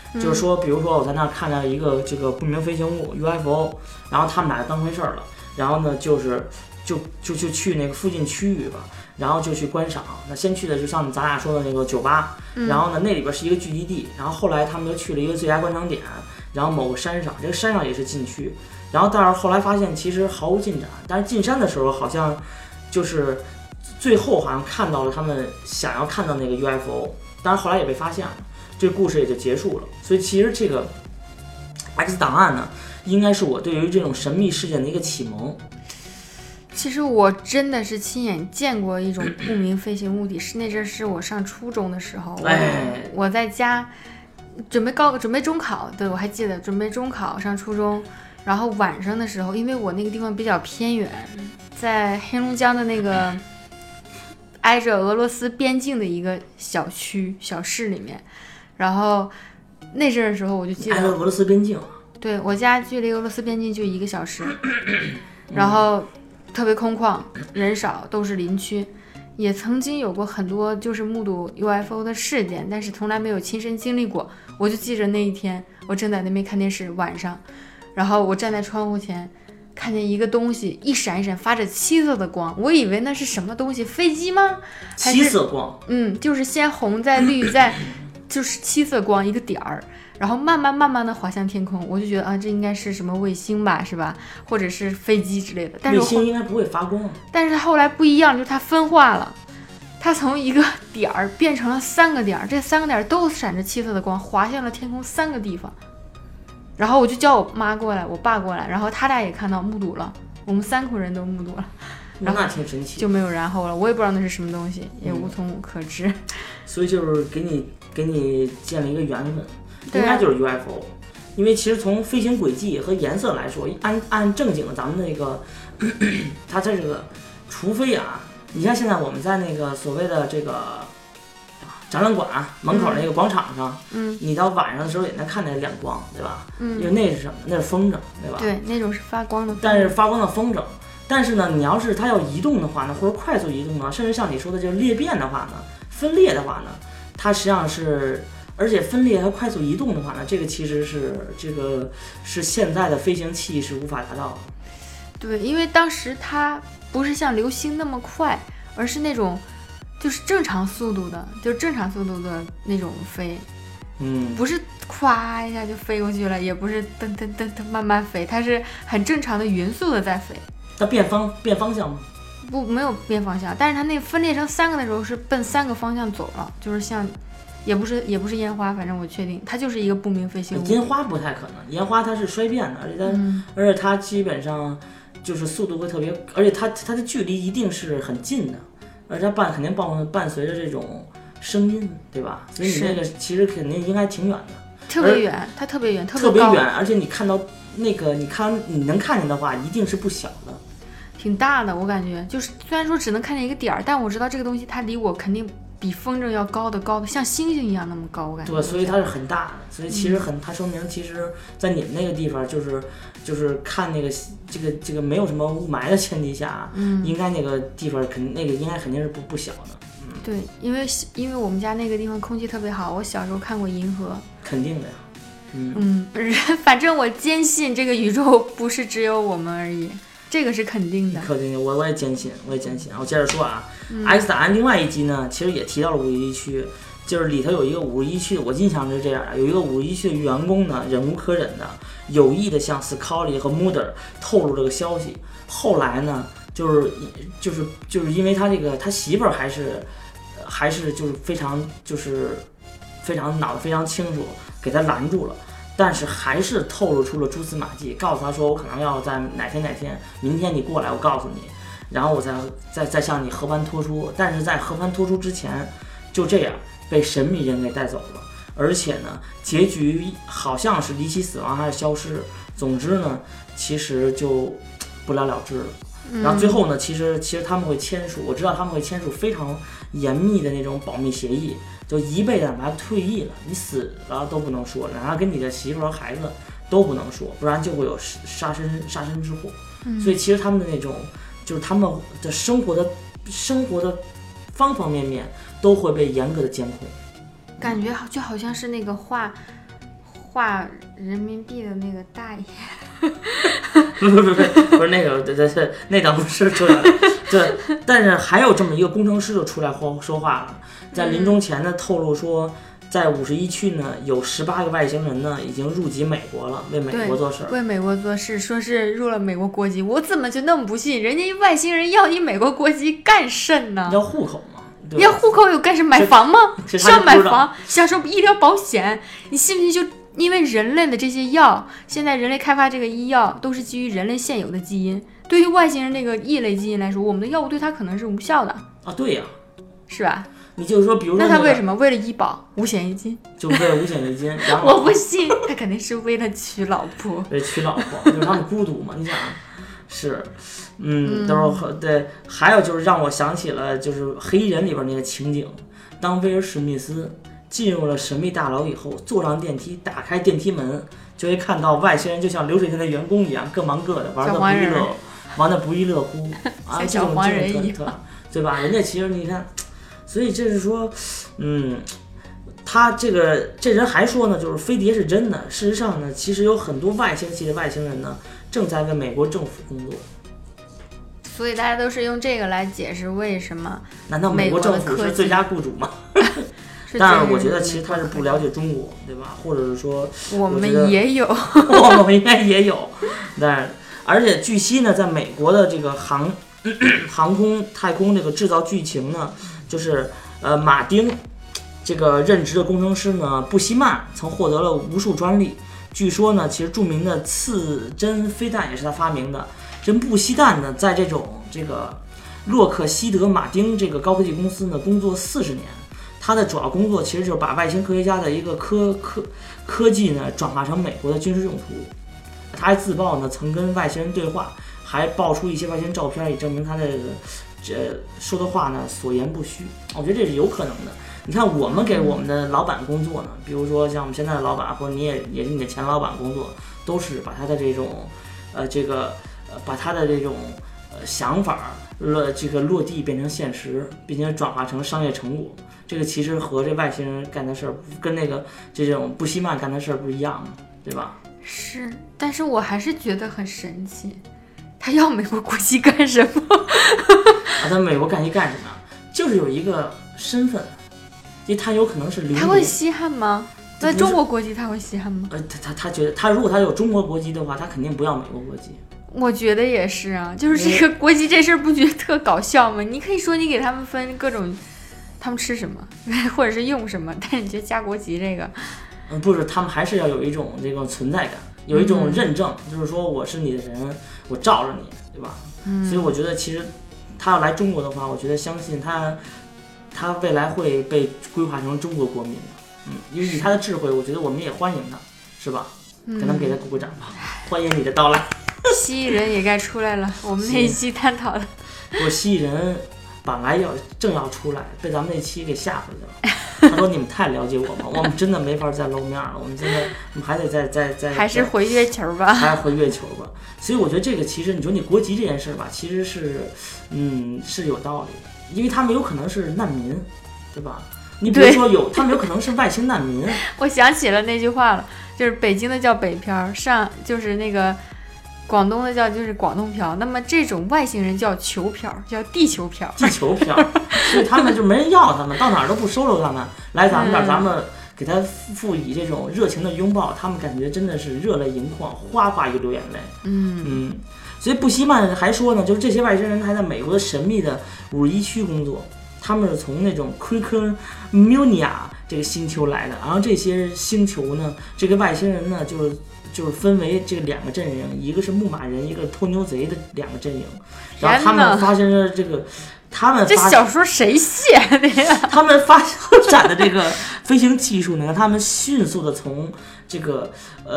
就是说，比如说我在那儿看到一个这个不明飞行物 UFO， 然后他们俩当回事了，然后呢就去那个附近区域吧，然后就去观赏。那先去的就像咱俩说的那个酒吧，然后呢那里边是一个聚集地，然后后来他们又去了一个最佳观赏点，然后某个山上，这个山上也是禁区，然后但是后来发现其实毫无进展，但是进山的时候好像就是最后好像看到了他们想要看到那个 UFO， 但是后来也被发现了，这个故事也就结束了。所以其实这个 X 档案呢，应该是我对于这种神秘事件的一个启蒙。
其实我真的是亲眼见过一种不明飞行物体，是那阵是我上初中的时候，我在家准备中考，对，我还记得准备中考上初中，然后晚上的时候，因为我那个地方比较偏远，在黑龙江的那个挨着俄罗斯边境的一个小区小市里面，然后那阵的时候我就记得
挨着俄罗斯边境，
对，我家距离俄罗斯边境就1个小时，然后特别空旷，人少，都是林区。也曾经有过很多就是目睹 UFO 的事件，但是从来没有亲身经历过。我就记着那一天，我正在那边看电视，晚上，然后我站在窗户前，看见一个东西一闪一闪发着七色的光，我以为那是什么东西，飞机吗？还是
七色光？
就是先红再绿再就是七色光一个点儿，然后慢慢的滑向天空，我就觉得啊，这应该是什么卫星吧，是吧？或者是飞机之类的。但是
卫星应该不会发光。
但是它后来不一样，就是它分化了，它从一个点儿变成了3个点，这3个点都闪着七色的光，滑向了天空3个地方。然后我就叫我妈过来，我爸过来，然后他俩也看到目睹了，我们3口人都目睹了。然后
那挺神奇，
就没有然后了，我也不知道那是什么东西，也无从可知。
所以就是给你建了一个缘分，应该就是 UFO， 因为其实从飞行轨迹和颜色来说，按正经的咱们那个，它这个，除非啊，你像现在我们在那个所谓的这个展览馆门口那个广场上，你到晚上的时候也能看见亮光，对吧？因为那是什么？那是风筝，对吧？
对，那种是发光的风筝。
但是发光的风筝。但是呢，你要是它要移动的话呢，或者快速移动呢，甚至像你说的就是裂变的话呢，分裂的话呢，它实际上是，而且分裂和快速移动的话呢，这个其实是现在的飞行器是无法达到的。
对，因为当时它不是像流星那么快，而是那种就是正常速度的，就是正常速度的那种飞。不是咵一下就飞过去了，也不是噔噔噔噔慢慢飞，它是很正常的匀速的在飞。
它变方向吗？
不，没有变方向，但是它那分裂成3个的时候是奔3个方向走了，就是像，也不是烟花，反正我确定它就是一个不明飞行物。
烟花不太可能，烟花它是衰变的，而且它基本上就是速度会特别，而且它的距离一定是很近的，而且它肯定伴随着这种声音，对吧？所以你那个其实肯定应该挺远的，
特别远，它特别远，
特别远，而且你看到那个你能看见的话，一定是不小的。
挺大的，我感觉就是虽然说只能看见一个点儿，但我知道这个东西它离我肯定比风筝要高的，像星星一样那么高，我感觉。
对，所以它是很大的，所以其实它说明其实，在你们那个地方就是看那个这个没有什么雾霾的前提下，应该那个地方应该肯定是不小的。
对，因为我们家那个地方空气特别好，我小时候看过银河。
肯定的呀。
反正我坚信这个宇宙不是只有我们而已。这个是肯定的，
肯定的，我也坚信。我接着说啊，X 档案另外一集呢，其实也提到了51区，就是里头有一个51区，我印象是这样的，有一个51区的员工呢，忍无可忍的，有意的向 Scully 和 Mulder 透露这个消息。后来呢，就是因为他媳妇儿还是就是非常脑子非常清楚，给他拦住了。但是还是透露出了蛛丝马迹，告诉他说我可能要在哪天，明天你过来，我告诉你，然后我再向你和盘托出。但是在和盘托出之前，就这样被神秘人给带走了，而且呢，结局好像是离奇死亡还是消失，总之呢，其实就不了了之了。然后最后呢，其实他们会签署，我知道他们会签署非常严密的那种保密协议，就一辈子哪怕退役了，你死了都不能说，哪怕跟你的媳妇和孩子都不能说，不然就会有杀身之祸。所以其实他们的那种，就是他们的生活的方方面面都会被严格的监控。
感觉就好像是那个画人民币的那个大爷。
不是那个，对，那倒不是重要的。对，但是还有这么一个工程师就出来说话了，在临终前呢透露说，在51区呢有18个外星人呢已经入籍美国了，为美国做事，
为美国做事，说是入了美国国籍。我怎么就那么不信？人家外星人要你美国国籍干甚呢？
要户口嘛。
要户口有干什么？买房吗？是要买房，享受医疗保险。你信不信？就因为人类的这些药，现在人类开发这个医药都是基于人类现有的基因。对于外星人那个异类基因来说，我们的药物对他可能是无效的
啊。对呀，
是吧？
你就是说，比如说、
那他为什么为了医保五险一金？
就为了五险一金。
我不信，他肯定是为了娶老婆。
为娶老婆，就是他们孤独嘛。你想，是。都是对，还有就是让我想起了就是黑衣人里边那个情景，当威尔史密斯进入了神秘大楼以后，坐上电梯，打开电梯门，就会看到外星人就像流水线的员工一样，各忙各的，玩得不亦乐乎啊，
小黄人一样，
对吧？人家其实你看，所以这是说，他这人还说呢，就是飞碟是真的。事实上呢，其实有很多外星系的外星人呢，正在为美国政府工作。
所以大家都是用这个来解释为什么？
难道美国政府是最佳雇主吗？但是我觉得其实他是不了解中国，对吧？或者是说
我们也有，
我们应该也有。但而且据悉呢，在美国的这个航空太空这个制造剧情呢，就是马丁这个任职的工程师呢布希曼曾获得了无数专利。据说呢，其实著名的刺针飞弹也是他发明的。这布希曼呢，在这个洛克希德马丁这个高科技公司呢工作40年，他的主要工作其实就是把外星科学家的一个科技呢转化成美国的军事用途。他还自曝呢曾跟外星人对话，还爆出一些外星人照片，以证明他的说的话呢所言不虚。我觉得这是有可能的。你看我们给我们的老板工作呢，比如说像我们现在的老板，或者你也是你的前老板工作，都是把他的这种把他的这种想法落地变成现实，并且转化成商业成果。这个其实和这外星人干的事儿，跟那个这种布希曼干的事儿不一样的，对吧？
是，但是我还是觉得很神奇，他要美国国籍干什么？
他美国国籍干什么？就是有一个身份，因为他有可能是
他会稀罕吗？在中国国籍他会稀罕吗？
他觉得他如果他有中国国籍的话，他肯定不要美国国籍。
我觉得也是啊，就是这个国籍这事儿不觉得特搞笑吗？你可以说你给他们分各种，他们吃什么或者是用什么，但是你觉得加国籍这个，
不是，他们还是要有一种这个存在感，有一种认证，就是说我是你的人，我罩着你，对吧？所以我觉得其实他要来中国的话，我觉得相信他未来会被规划成中国国民的，因为以他的智慧，我觉得我们也欢迎他，是吧？咱们给他鼓鼓掌吧，欢迎你的到来。
蜥蜴人也该出来了，我们那一期探讨的。
蜥蜴人本来正要出来，被咱们那期给吓回去了。他说：“你们太了解我们，我们真的没法再露面了。我们还得再
还是回月球吧，
还是回月球吧。”所以我觉得这个其实你说你国籍这件事吧，其实是是有道理的，因为他们有可能是难民，对吧？你比如说他们有可能是外星难民。
我想起了那句话了，就是北京的叫北漂，就是那个。广东的就是广东漂，那么这种外星人叫球漂，叫地球漂。
地球漂，所以他们就没人要他们，到哪儿都不收留他们，来咱们这儿，咱们给他赋予这种热情的拥抱，他们感觉真的是热泪盈眶，哗哗一流眼泪。所以布希曼还说呢，就是这些外星人还在美国的神秘的51区工作，他们是从那种 Quickermunia 这个星球来的，然后这些星球呢，这个外星人呢就是分为这两个阵营，一个是牧马人，一个偷牛贼的两个阵营。然后他们发生了这
小说谁写的呀？
他们发展的这个飞行技术呢，他们迅速的从这个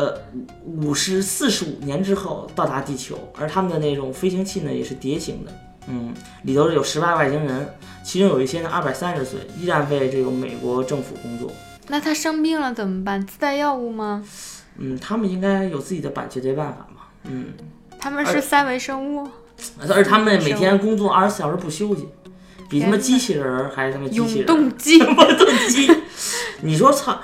45年之后到达地球，而他们的那种飞行器呢也是蝶形的。里头有18外星人，其中有一些呢230岁，依然为这个美国政府工作。
那他生病了怎么办？自带药物吗？
他们应该有自己的解决办法嘛。
他们是3维生物，
而他们每天工作24小时不休息，比什么机器人还是什么机器人？
永动机。
永动机。你说操，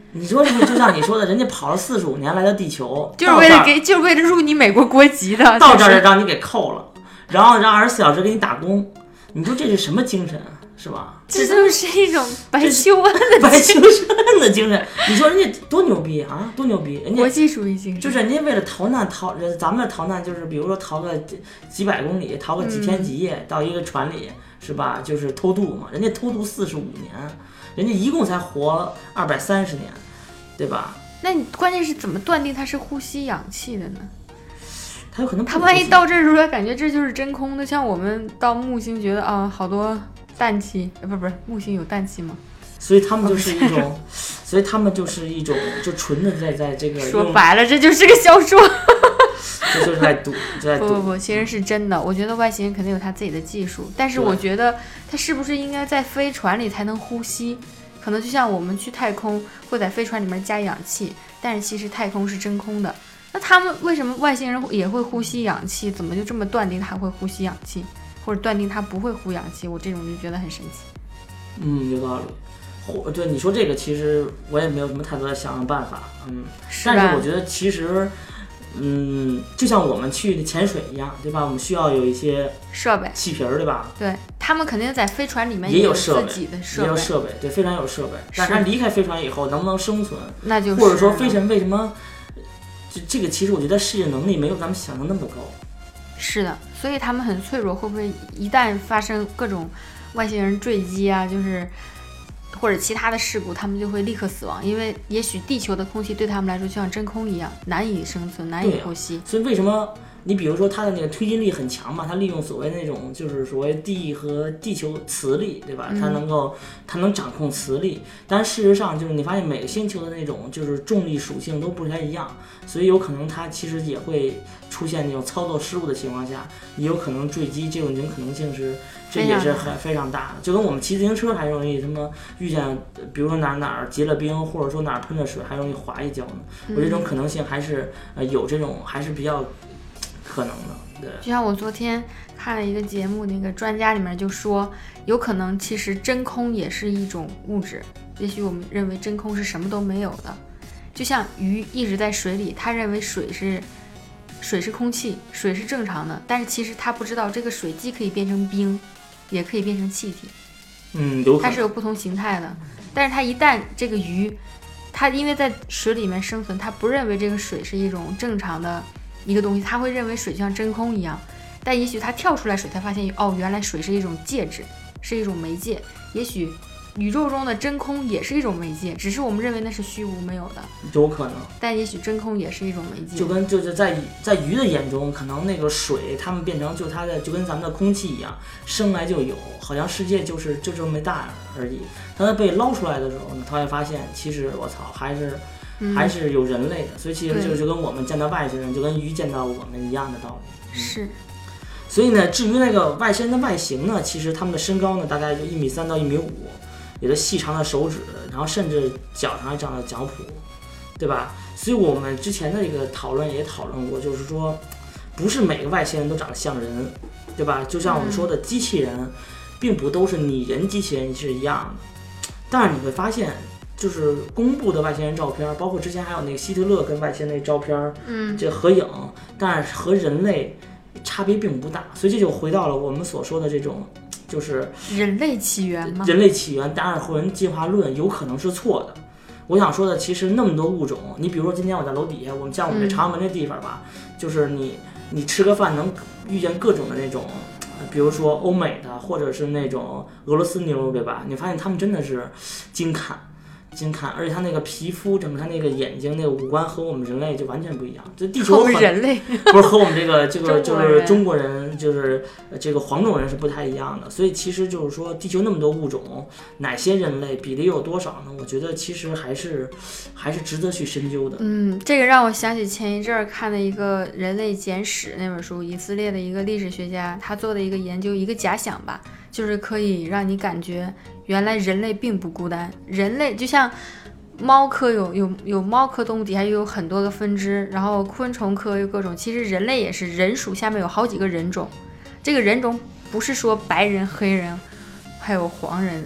你说这个就像你说的，人家跑了45年来到地球，
就是为了入你美国国籍的，
到这儿让你给扣了，然后让24小时给你打工，你说这是什么精神啊？是吧？
这就是一种白求恩
的精神。你说人家多牛逼啊，多牛逼！人家
国际主义精神，
就是人家为了逃难咱们的逃难就是比如说逃个几百公里，逃个几天几夜到一个船里，是吧？就是偷渡嘛，人家偷渡45年，人家一共才活230年，对吧？
那你关键是怎么断定他是呼吸氧气的呢？
他有可能
他万一到这儿时候感觉这就是真空的，像我们到木星觉得啊好多氮气，不是木星有氮气吗？
所以他们就是一种，就纯的在这个
说白了，这就是个小说，
这就是在赌，
不，其实是真的。我觉得外星人肯定有他自己的技术，但是我觉得他是不是应该在飞船里才能呼吸？可能就像我们去太空会在飞船里面加氧气，但是其实太空是真空的。那他们为什么外星人也会呼吸氧气？怎么就这么断定他会呼吸氧气，或者断定他不会呼氧气？我这种就觉得很神奇。
有道理。对你说这个，其实我也没有什么太多的想象办法。但是我觉得其实，就像我们去潜水一样，对吧？我们需要有一些
设备、
气瓶，对吧？
对，他们肯定在飞船里面
也有
自己的设备，
也有设备，对，飞船有设备。但是他离开飞船以后能不能生存？
那就是，
或者说飞船为什么？这个其实我觉得适应能力没有咱们想的那么高。
是的，所以他们很脆弱，会不会一旦发生各种外星人坠机啊，就是或者其他的事故，他们就会立刻死亡？因为也许地球的空气对他们来说就像真空一样，难以生存，难以呼吸。
所以为什么你比如说它的那个推进力很强嘛，它利用所谓那种就是所谓地和地球磁力，对吧？它能掌控磁力，但事实上就是你发现每个星球的那种就是重力属性都不太一样，所以有可能它其实也会出现那种操作失误的情况下，也有可能坠机，这种可能性是。这也是非常大的，就跟我们骑自行车还容易他妈遇见，比如说哪儿结了冰，或者说哪儿喷了水，还容易滑一跤呢。我这种可能性还是有这种还是比较可能的。对，
就像我昨天看了一个节目，那个专家里面就说，有可能其实真空也是一种物质。也许我们认为真空是什么都没有的，就像鱼一直在水里，他认为水是空气，水是正常的，但是其实他不知道这个水既可以变成冰。也可以变成气体，它是有不同形态的。但是它一旦这个鱼，它因为在水里面生存，它不认为这个水是一种正常的一个东西，它会认为水就像真空一样。但也许它跳出来水，才发现原来水是一种介质，是一种媒介。也许宇宙中的真空也是一种媒介，只是我们认为那是虚无没有的，
有可能。
但也许真空也是一种媒介，
就是在鱼的眼中，可能那个水它们变成就跟咱们的空气一样，生来就有，好像世界就这么大而已。当它被捞出来的时候呢，他会发现其实我操还是有人类的，所以其实就跟我们见到外星人，就跟鱼见到我们一样的道理。
是。
所以呢，至于那个外星人的外形呢，其实他们的身高呢大概就1.3米到1.5米。有的细长的手指，然后甚至脚上还长了脚蹼，对吧？所以我们之前的这个讨论也讨论过，就是说，不是每个外星人都长得像人，对吧？就像我们说的，机器人，并不都是拟人机器人是一样的。但是你会发现，就是公布的外星人照片，包括之前还有那个希特勒跟外星人那照片，这合影，但是和人类差别并不大。所以这就回到了我们所说的这种。就是
人类起源吗？
人类起源，达尔文进化论有可能是错的。我想说的，其实那么多物种，你比如说今天我在楼底下，像我们这朝阳门这地方吧，就是你吃个饭能遇见各种的那种，比如说欧美的，或者是那种俄罗斯妞，对吧？你发现他们真的是精看，而且他那个皮肤，整个他那个眼睛、那个五官和我们人类就完全不一样。就地球
人类
不是和我们这个就是中国人，就是这个黄种人是不太一样的。所以其实就是说，地球那么多物种，哪些人类比例有多少呢？我觉得其实还是值得去深究的。
这个让我想起前一阵儿看的一个《人类简史》那本书，以色列的一个历史学家他做的一个研究，一个假想吧，就是可以让你感觉。原来人类并不孤单，人类就像猫科有猫科动物底下又有很多个分支，然后昆虫科有各种，其实人类也是，人属下面有好几个人种。这个人种不是说白人、黑人还有黄人，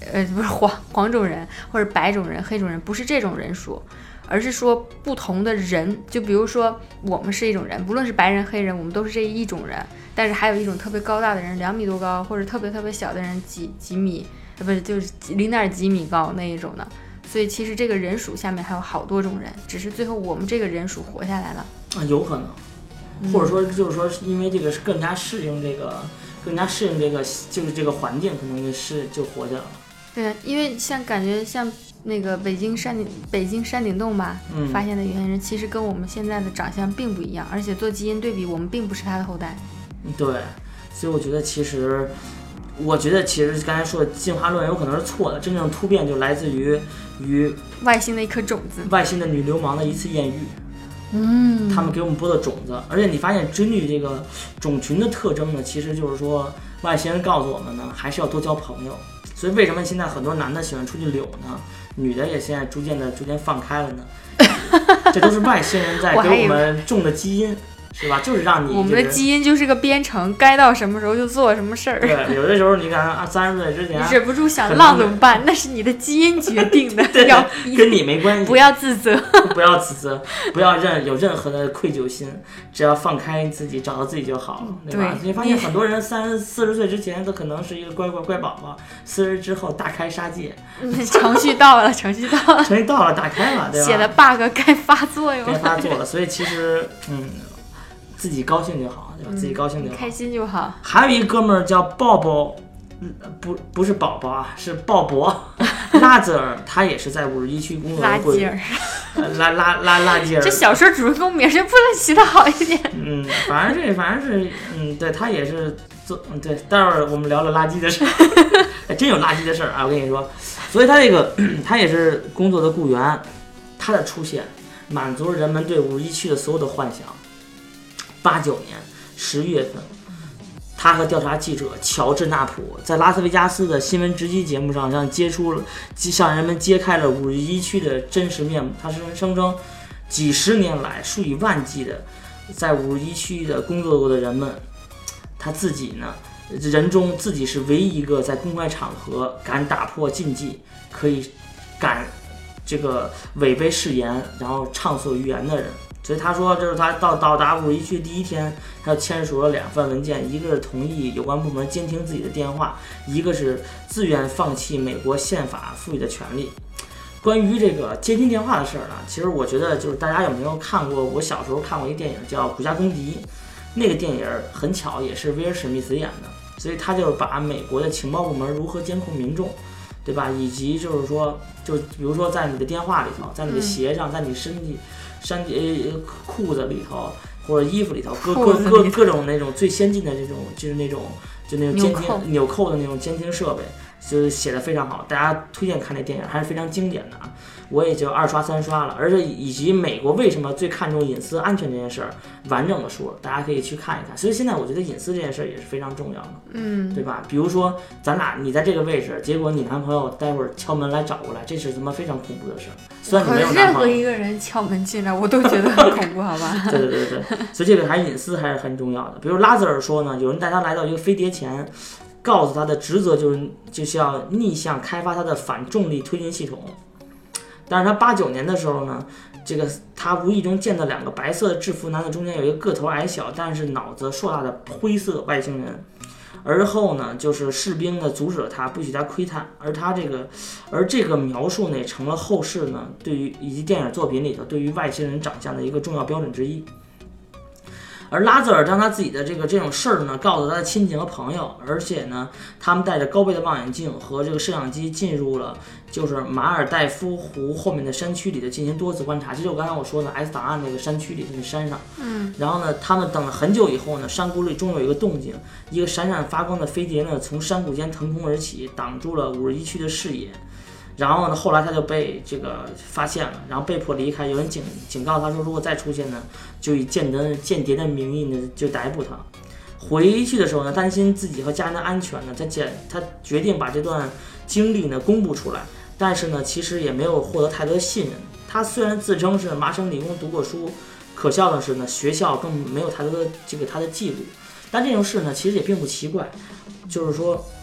不是黄种人或者白种人、黑种人，不是这种人数，而是说不同的人。就比如说我们是一种人，不论是白人、黑人，我们都是这一种人。但是还有一种特别高大的人，2米多高，或者特别特别小的人几米，不是就是0.几米高那一种的。所以其实这个人属下面还有好多种人，只是最后我们这个人属活下来了。
有可能，或者说就是说，因为这个是更加适应这个就是这个环境，可能就活下来了。
对，因为感觉像那个北京山顶洞吧，发现的猿人其实跟我们现在的长相并不一样，而且做基因对比，我们并不是他的后代。
对，所以我觉得其实刚才说的进化论有可能是错的，真正突变就来自于
外星的一颗种子，
外星的女流氓的一次艳遇。他们给我们播的种子，而且你发现根据这个种群的特征呢，其实就是说外星人告诉我们呢，还是要多交朋友。所以为什么现在很多男的喜欢出去溜呢？女的也现在逐渐放开了呢？这都是外星人在给我们种的基因。是吧？就是让你、
我们的基因就是个编程，该到什么时候就做什么事儿。
对，有的时候你看30岁之前
忍不住想浪怎么办？那是你的基因决定的，要
跟你没关系。
不要自责，
不要自责，不要有任何的愧疚心，只要放开自己，找到自己就好了，对吧？你发现很多人40岁之前都可能是一个乖宝宝，40之后大开杀戒。
程序到了，
打开了，对吧？
写的 bug 该发作
了，所以其实自己高兴就好，对吧？自己高兴就好，
开心就好。
还有一个哥们儿叫鲍勃，不是宝宝啊，是鲍勃拉泽尔，他也是在51区工作的
拉吉尔，
拉吉尔。
这小说主人公名是不能起得好一点。
反正是，对他也是对。待会儿我们聊垃圾的事真有垃圾的事啊！我跟你说，所以他也是工作的雇员，他的出现满足了人们对51区的所有的幻想。89年11月份，他和调查记者乔治纳普在拉斯维加斯的新闻直击节目上向人们揭开了51区的真实面目。他声称，几十年来数以万计的在51区的工作过的人们，他自己呢，人中自己是唯一一个在公开场合敢打破禁忌，敢这个违背誓言，然后畅所欲言的人。所以他说，这是他到达51区第一天，他签署了2份文件，一个是同意有关部门监听自己的电话，一个是自愿放弃美国宪法赋予的权利。关于这个监听电话的事儿呢，其实我觉得就是大家有没有看过？我小时候看过一个电影叫《骨架公敌》，那个电影很巧也是威尔史密斯演的，所以他就是把美国的情报部门如何监控民众，对吧？以及就是说，就比如说在你的电话里头，在你的鞋上，在你身体。裤子里头或者衣服里头，各种那种最先进的这种，就是那种监听纽扣的那种监听设备，就是写的非常好，大家推荐看这电影，还是非常经典的啊。我也就2刷3刷了，而且以及美国为什么最看重隐私安全这件事儿，完整的说，大家可以去看一看。所以现在我觉得隐私这件事儿也是非常重要的，对吧？比如说咱俩你在这个位置，结果你男朋友待会儿敲门来找过来，这是他妈非常恐怖的事儿。虽然你没有男朋友，
任何一个人敲门进来，我都觉得很恐怖，好吧？
对，所以这个还是隐私还是很重要的。比如拉泽尔说呢，有人带他来到一个飞碟前，告诉他的职责就是要逆向开发他的反重力推进系统。但是他89年的时候呢，这个他无意中见到2个白色的制服男的中间有一个个头矮小但是脑子硕大的灰色外星人，而后呢就是士兵呢阻止了他，不许他窥探，而这个描述呢也成了后世呢对于以及电影作品里头对于外星人长相的一个重要标准之一。而拉泽尔将他自己的这种事儿呢告诉他的亲戚和朋友，而且呢他们带着高倍的望远镜和这个摄像机进入了就是马尔代夫湖后面的山区里的进行多次观察，这就是刚才我说的 X 档案那个山区里的那山上。然后呢他们等了很久以后呢，山谷里终有一个动静，一个闪闪发光的飞碟呢从山谷间腾空而起，挡住了51区的视野。然后呢，后来他就被这个发现了，然后被迫离开。有人警告他说，如果再出现呢，就以间谍的名义呢就逮捕他。回去的时候呢，担心自己和家人的安全呢，他决定把这段经历呢公布出来。但是呢，其实也没有获得太多的信任。他虽然自称是麻省理工读过书，可笑的是呢，学校更没有太多的他的记录。但这种事呢，其实也并不奇怪，就是说。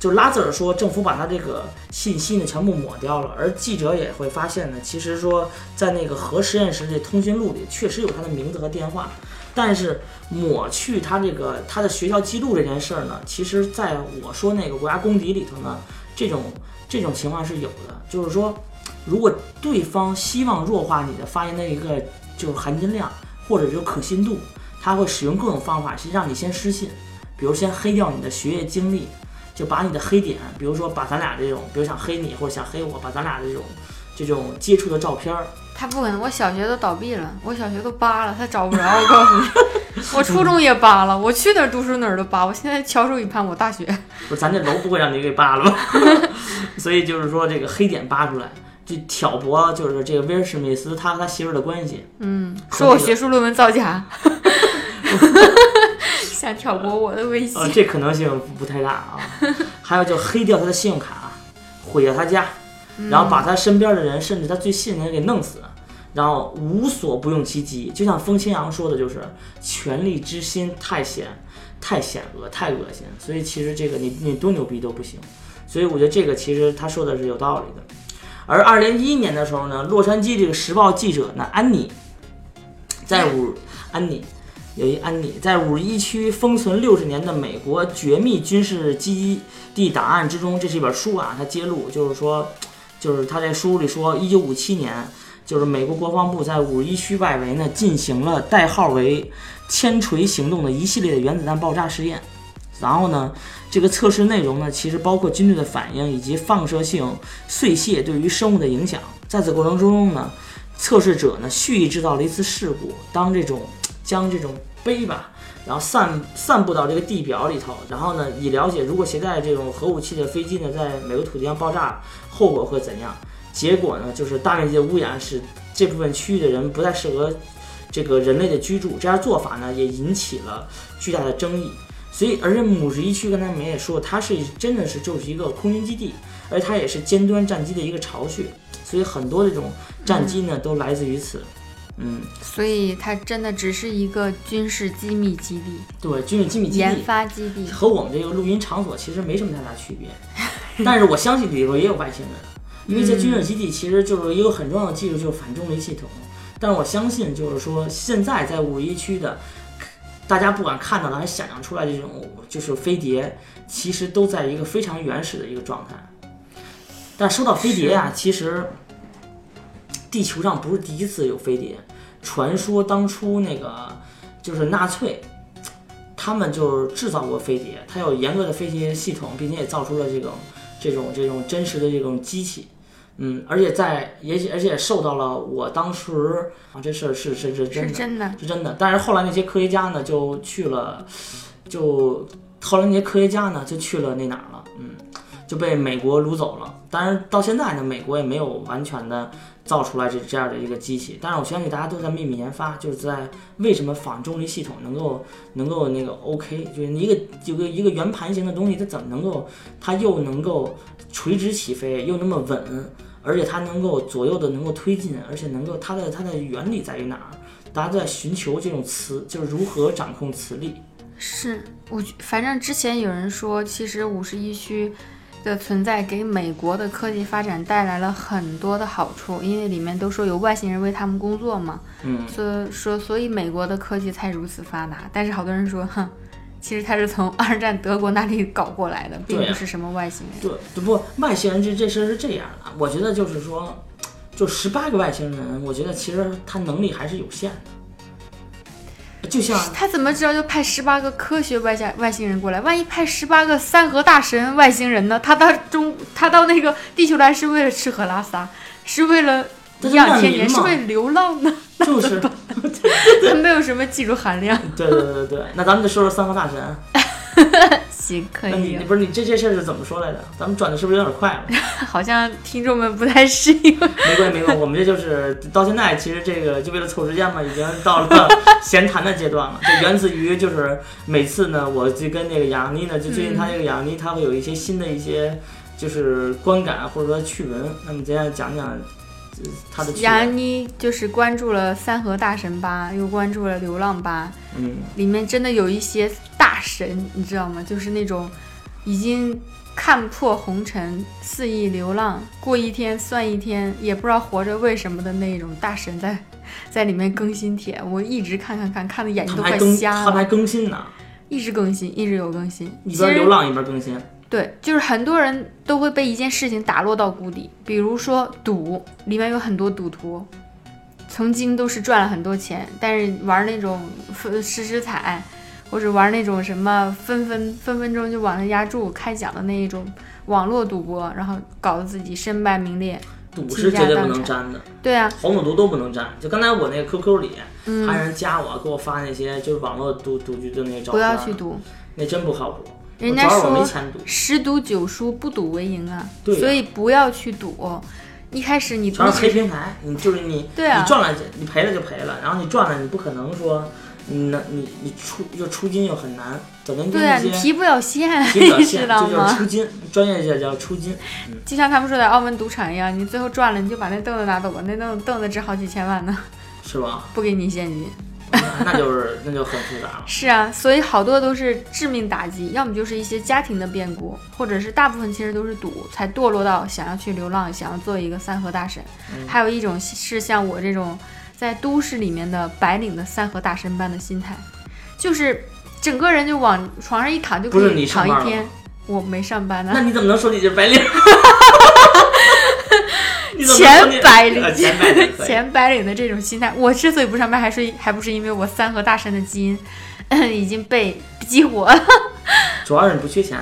就拉泽尔说政府把他这个信息呢全部抹掉了，而记者也会发现呢，其实说在那个核实验室的通讯录里确实有他的名字和电话，但是抹去他的学校记录这件事儿呢，其实在我说那个国家公敌里头呢，这种情况是有的，就是说如果对方希望弱化你的发言的一个就是含金量或者就是可信度，他会使用各种方法，是让你先失信，比如先黑掉你的学业经历。就把你的黑点，比如说把咱俩这种，比如想黑你或者想黑我，把咱俩这种接触的照片，
他不可能。我小学都倒闭了，我小学都扒了，他找不着。我告诉你，我初中也扒了，我去哪儿读书哪儿都扒。我现在翘首以盼我大学。
不是，咱这楼不会让你给扒了吧？所以就是说这个黑点扒出来，就挑拨就是这个威尔史密斯他和他媳妇的关系。
说我学术论文造假。想挑拨我的威胁，
这可能性不太大啊。还有就黑掉他的信用卡，毁掉他家，然后把他身边的人，甚至他最信任的人给弄死，然后无所不用其极。就像风清扬说的，就是权力之心太险恶，太恶心。所以其实这个你多牛逼都不行。所以我觉得这个其实他说的是有道理的。而2011年的时候呢，洛杉矶这个时报记者呢安妮，有一安妮在51区封存60年的美国绝密军事基地档案之中，这是一本书啊，他揭露就是他在书里说1957年就是美国国防部在51区外围呢进行了代号为千锤行动的一系列的原子弹爆炸试验。然后呢，这个测试内容呢其实包括军队的反应以及放射性碎屑对于生物的影响。在此过程中呢，测试者呢蓄意制造了一次事故，将这种杯吧，然后散布到这个地表里头，然后呢，以了解如果携带这种核武器的飞机呢，在美国土地上爆炸，后果会怎样？结果呢，就是大面积的污染使这部分区域的人不再适合这个人类的居住。这样做法呢，也引起了巨大的争议。所以，而且51区刚才我们也说，它真的就是一个空军基地，而它也是尖端战机的一个巢穴，所以很多这种战机呢，都来自于此。
所以它真的只是一个军事机密基地，
对，军事机密基地、
研发基地，
和我们这个录音场所其实没什么太大区别。但是我相信里头也有外星人，因为这军事基地其实就是一个很重要的技术，就是反重力系统。但是我相信，就是说现在在51区的，大家不管看到的还想象出来这种就是飞碟，其实都在一个非常原始的一个状态。但说到飞碟啊，其实地球上不是第一次有飞碟。传说当初那个就是纳粹，他们就是制造过飞碟，它有严格的飞碟系统，并且也造出了这种真实的这种机器。而且受到了我当时啊，这事儿是真的。但是后来那些科学家呢就去了那哪儿了，就被美国掳走了。当然到现在呢，美国也没有完全的造出来这样的一个机器。但是我相信大家都在秘密研发，就是在为什么反重力系统能够那个 OK， 就是一个圆盘形的东西，它怎么能够，它又能够垂直起飞，又那么稳，而且它能够左右的能够推进，而且能够它的原理在于哪儿？大家都在寻求这种就是如何掌控磁力。
是反正之前有人说，其实51区的存在给美国的科技发展带来了很多的好处，因为里面都说有外星人为他们工作嘛，所以美国的科技才如此发达。但是好多人说，其实他是从2战德国那里搞过来的，并不是什么外星人。
对，不，外星人这事是这样的，我觉得就是说，就18个外星人，我觉得其实他能力还是有限的。就像
他怎么知道就派18个科学外星人过来？万一派18个3河大神外星人呢？他到那个地球来是为了吃喝拉撒，是为了颐养天年，是为了流浪呢？
就是
他没有什么技术含量。
对，那咱们就说说3河大神。
行，可以。
你不是你这事是怎么说来着？咱们转的是不是有点快了？
好像听众们不太适应。
没关系，我们这就是到现在，其实这个就为了凑时间嘛，已经到了闲谈的阶段了。这源自于就是每次呢，我就跟那个杨妮呢，就最近他这个杨妮，他会有一些新的一些就是观感或者说趣闻。那么今天讲讲他的趣闻。
杨妮就是关注了3河大神吧，又关注了流浪吧。里面真的有一些大神，你知道吗？就是那种已经看破红尘，肆意流浪，过一天算一天，也不知道活着为什么的那种大神在里面更新帖，我一直看的眼睛都快瞎了。
他还更新呢，
一直更新，一直有更新，
一边流浪一边更新。
对，就是很多人都会被一件事情打落到谷底，比如说赌，里面有很多赌徒，曾经都是赚了很多钱，但是玩那种实彩，或者玩那种什么分分钟就往那压注开奖的那一种网络赌博，然后搞得自己身败名裂。
赌是绝对不能沾的，
对啊，
红赌毒都不能沾。就刚才我那个 QQ 里，还有人加我，给我发那些就是网络赌局的那些照片，
不要去赌，
那真不靠谱。
人家说
10
赌9输，不赌为赢啊，
对啊，
所以不要去赌。一开始你
全是黑平台，就是你，
对啊，
你赚了你赔了就赔了，然后你赚了你不可能说。你出金又很难，早年间
对啊，你提不了线，
你
知道吗？
这就是出金，专业叫出金。
就像他们说的澳门赌场一样，你最后赚了，你就把那凳子拿走吧，那凳子值好几千万呢，
是吧？
不给你现金，
那就很复杂了。
是啊，所以好多都是致命打击，要么就是一些家庭的变故，或者是大部分其实都是赌，才堕落到想要去流浪，想要做一个三河大神。还有一种是像我这种。在都市里面的白领的三河大神般的心态，就是整个人就往床上一躺就可以躺一天。我没上班呢。
那你怎么能说你是白领？
前白领的这种心态，我之所以不上班，还不是因为我三河大神的基因已经被激活了。
主要是你不缺钱。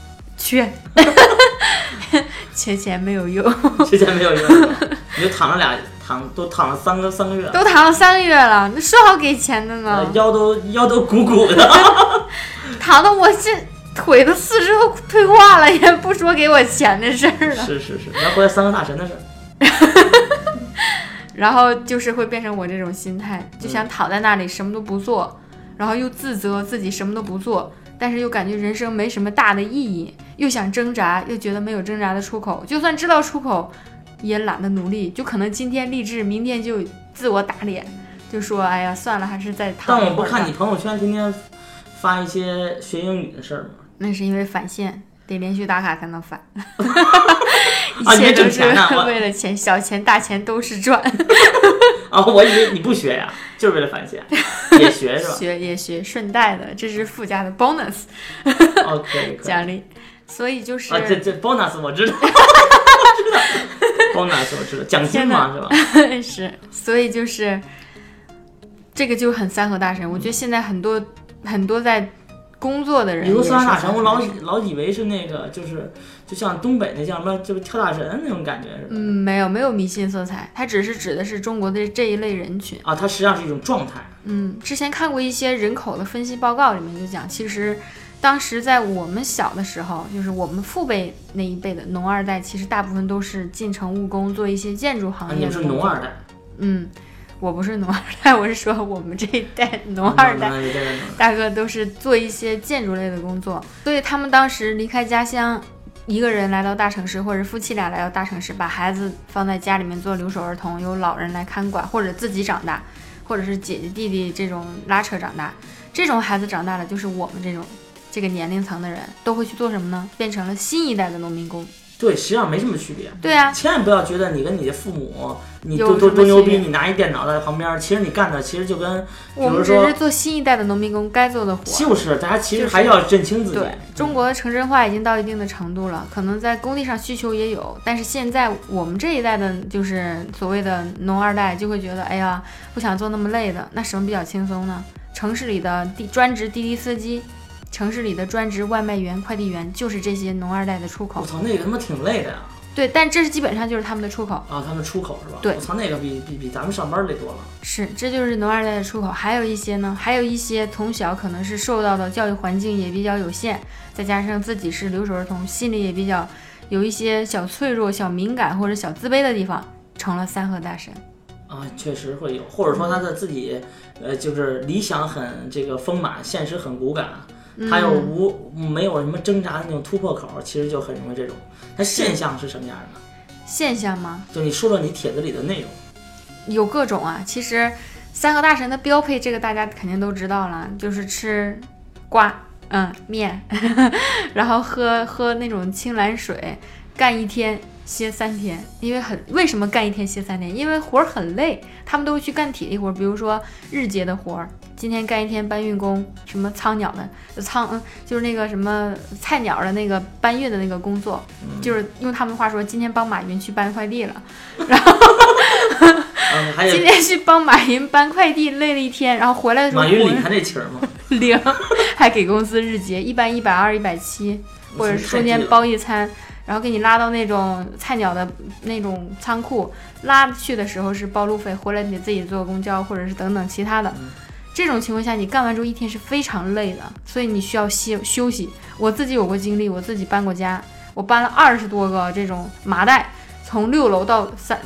缺钱没有用。
缺钱没有用，你就躺了都躺了三个月了，
都躺了3个月了，那说好给钱的呢，
腰都鼓鼓的，
躺的我这腿的四肢都退化了，也不说给我钱的事儿了。
是，然后回来三个大神的事儿，
然后就是会变成我这种心态，就想躺在那里什么都不做，然后又自责自己什么都不做，但是又感觉人生没什么大的意义，又想挣扎，又觉得没有挣扎的出口，就算知道出口。也懒得努力，就可能今天励志，明天就自我打脸，就说哎呀算了，还是再躺一会儿。
但我不看你朋友圈天天发一些学英语的事儿吗？
那是因为返现，得连续打卡才能返。
一切
都是为了钱，小钱大钱都是赚。
我以为你不学呀，就是为了返现，也学是吧？
也学，顺带的，这是附加的 bonus。
OK，
奖励。所以就是
这 bonus 我知道。bonus 我知道，奖金嘛是吧？
是，所以就是这个就很三河大神。我觉得现在很多在工作的人，
比如三河大神，我老以为是那个就像东北那叫什么，就是跳大神那种感觉是吧？
没有迷信色彩，它只是指的是中国的这一类人群
啊，它实际上是一种状态。
之前看过一些人口的分析报告，里面就讲，其实。当时在我们小的时候，就是我们父辈那一辈的农二代，其实大部分都是进城务工，做一些建筑行业的工作。
你是农二代？
我不是农二代，我是说我们这一代农二代大哥都是做一些建筑类的工作，所以他们当时离开家乡，一个人来到大城市，或者夫妻俩来到大城市，把孩子放在家里面做留守儿童，由老人来看管，或者自己长大，或者是姐姐弟弟这种拉扯长大。这种孩子长大了，就是我们这个年龄层的人都会去做什么呢？变成了新一代的农民工。
对，实际上没什么区别。
对啊，
千万不要觉得你跟你的父母，你多牛逼，你拿一电脑在旁边，其实你干的其实就跟，
我们只是做新一代的农民工该做的活。
就是大家其实还要认清自己。
对，中国的城镇化已经到一定的程度了，可能在工地上需求也有，但是现在我们这一代的，就是所谓的农二代，就会觉得，哎呀，不想做那么累的，那什么比较轻松呢？城市里的专职滴滴司机。城市里的专职外卖员、快递员，就是这些农二代的出口。
我操，那个他妈挺累的呀。
对，但这是基本上就是他们的出口
啊，他们出口是吧？
对，
我操，那个比咱们上班累多了。
是，这就是农二代的出口。还有一些从小可能是受到的教育环境也比较有限，再加上自己是留守儿童，心里也比较有一些小脆弱、小敏感或者小自卑的地方，成了三河大神。
确实会有，或者说他的自己，就是理想很这个丰满，现实很骨感。他又没有什么挣扎的那种突破口，其实就很容易这种。它现象是什么样的？
现象吗？
就你说说你帖子里的内容。
有各种啊，其实三河大神的标配，这个大家肯定都知道了，就是吃瓜， 面，然后喝那种青蓝水，干1天歇3天，因为为什么干1天歇3天？因为活很累，他们都会去干体力活，比如说日结的活，今天干1天搬运工，什么苍鸟的就是那个什么菜鸟的那个搬运的那个工作，就是用他们的话说，今天帮马云去搬快递了，然后今天去帮马云搬快递，累了1天，然后回来的时候，
马云领他这情吗？
领，还给公司日结，一般120、170，或者是中间包一餐。然后给你拉到那种菜鸟的那种仓库，拉去的时候是包路费，回来你自己坐公交或者是等等其他的。这种情况下，你干完之后1天是非常累的，所以你需要休息。我自己有过经历，我自己搬过家，我搬了20多个这种麻袋，从6楼到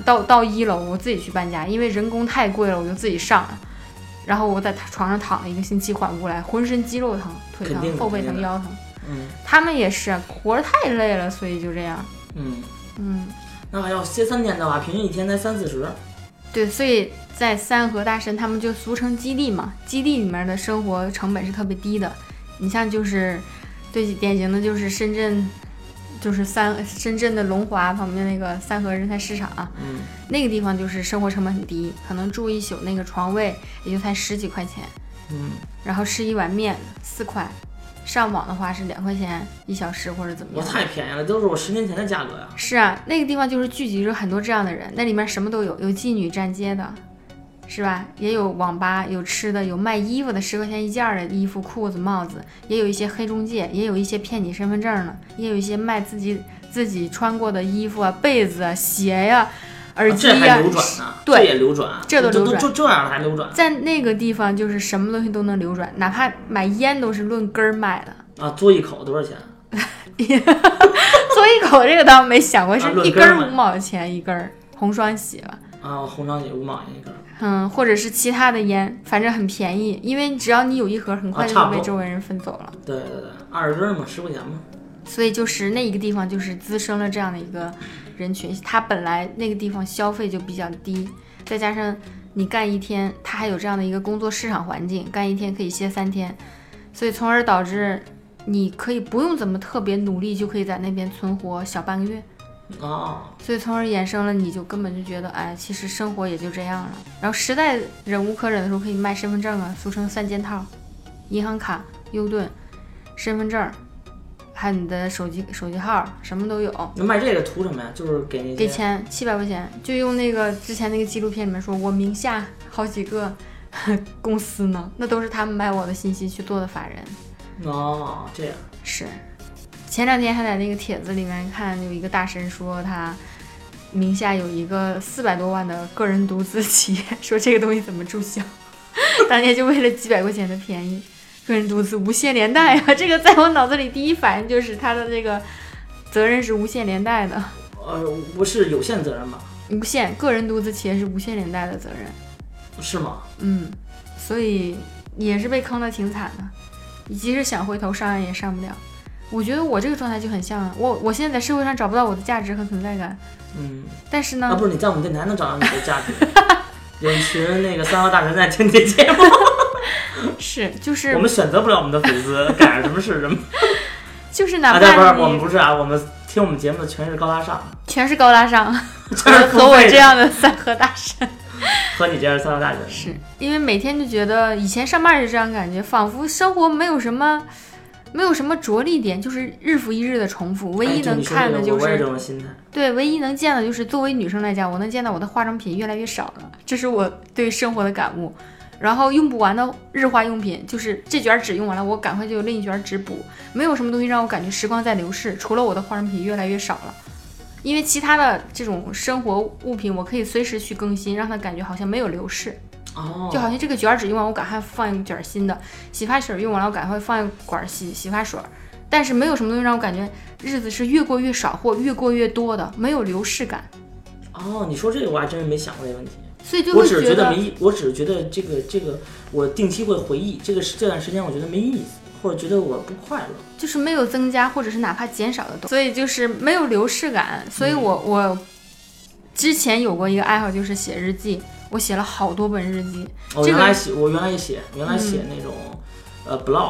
1楼，我自己去搬家，因为人工太贵了，我就自己上了。然后我在床上躺了1个星期，缓不过来，浑身肌肉疼、腿疼、后背疼、腰疼。他们也是活太累了，所以就这样。
那还要歇3天的话，平均1天才30-40。
对，所以在三河大神他们就俗称基地嘛，基地里面的生活成本是特别低的。你像就是最典型的就是深圳，就是深圳的龙华旁边那个三河人才市场，那个地方就是生活成本很低，可能住1宿那个床位也就才10几块钱，然后吃1碗面4块。上网的话是2块钱1小时或者怎么样，
我太便宜了，都是我10年前的价格呀。
是啊，那个地方就是聚集着很多这样的人，那里面什么都有，有妓女站街的，是吧？也有网吧，有吃的，有卖衣服的，10块钱1件的衣服、裤子、帽子，也有一些黑中介，也有一些骗你身份证的，也有一些卖自己穿过的衣服啊、被子啊、鞋呀、耳机呀，
这还流转呢？
对，
这也流转，
这都流转，
就这样还流转。
在那个地方就是什么东西都能流转，哪怕买烟都是论根儿买的
啊。嘬一口多少钱？
嘬一口这个倒没想过，是1根5毛钱1根，红双喜吧？
啊，红双喜5毛钱1根。
或者是其他的烟，反正很便宜，因为只要你有1盒，很快就被周围人分走了。
对，20根嘛，10块钱嘛。
所以就是那一个地方就是滋生了这样的一个人群，它本来那个地方消费就比较低，再加上你干1天，它还有这样的一个工作市场环境，干1天可以歇3天，所以从而导致你可以不用怎么特别努力就可以在那边存活小半个月。所以从而衍生了你就根本就觉得其实生活也就这样了。然后实在忍无可忍的时候可以卖身份证啊，俗称3件套，银行卡、优盾、身份证，还有你的手机号，什么都有。
那卖这个图什么呀？就是给
钱，700块钱，就用那个之前那个纪录片里面说，我名下好几个公司呢，那都是他们买我的信息去做的法人。
这样
是。前2天还在那个帖子里面看，有一个大神说他名下有一个400多万的个人独资企业，说这个东西怎么注销？当年就为了几百块钱的便宜。个人独资无限连带啊，这个在我脑子里第一反应就是他的这个责任是无限连带的。
不是有限责任吧？
无限，个人独资企业是无限连带的责任。
是吗？
所以也是被坑得挺惨的，即使想回头上岸也上不了。我觉得我这个状态就很像我现在在社会上找不到我的价值和存在感。但是呢，
不是你在我们电台能找到你的价值。有一群那个三河大神在听这节目。
是，就是
我们选择不了我们的粉丝赶上什么是什么。
就是哪怕
我们不是我们听我们节目的全是高大上，
全是高大上，和我这样的三河大神，
和你这样的三河大神。
是因为每天就觉得以前上班是这样感觉，仿佛生活没有什么着力点，就是日复一日的重复，唯一能看的就是，
我也这种心态。
对，唯一能见的就是作为女生来讲，我能见到我的化妆品越来越少了，这是我对生活的感悟。然后用不完的日化用品，就是这卷纸用完了，我赶快就有另一卷纸补，没有什么东西让我感觉时光在流逝，除了我的化妆品越来越少了。因为其他的这种生活物品，我可以随时去更新，让它感觉好像没有流逝。就好像这个卷纸用完，我赶快放一卷新的；洗发水用完了，我赶快放一管洗发水。但是没有什么东西让我感觉日子是越过越少或越过越多的，没有流逝感。
你说这个我还真是没想过这个问题。
所以就会
我只是觉得这个我定期会回忆这段时间，我觉得没意思，或者觉得我不快乐，
就是没有增加或者是哪怕减少的东西，所以就是没有流逝感。所以我之前有过一个爱好，就是写日记，我写了好多本日记。
我原来也写那种blog，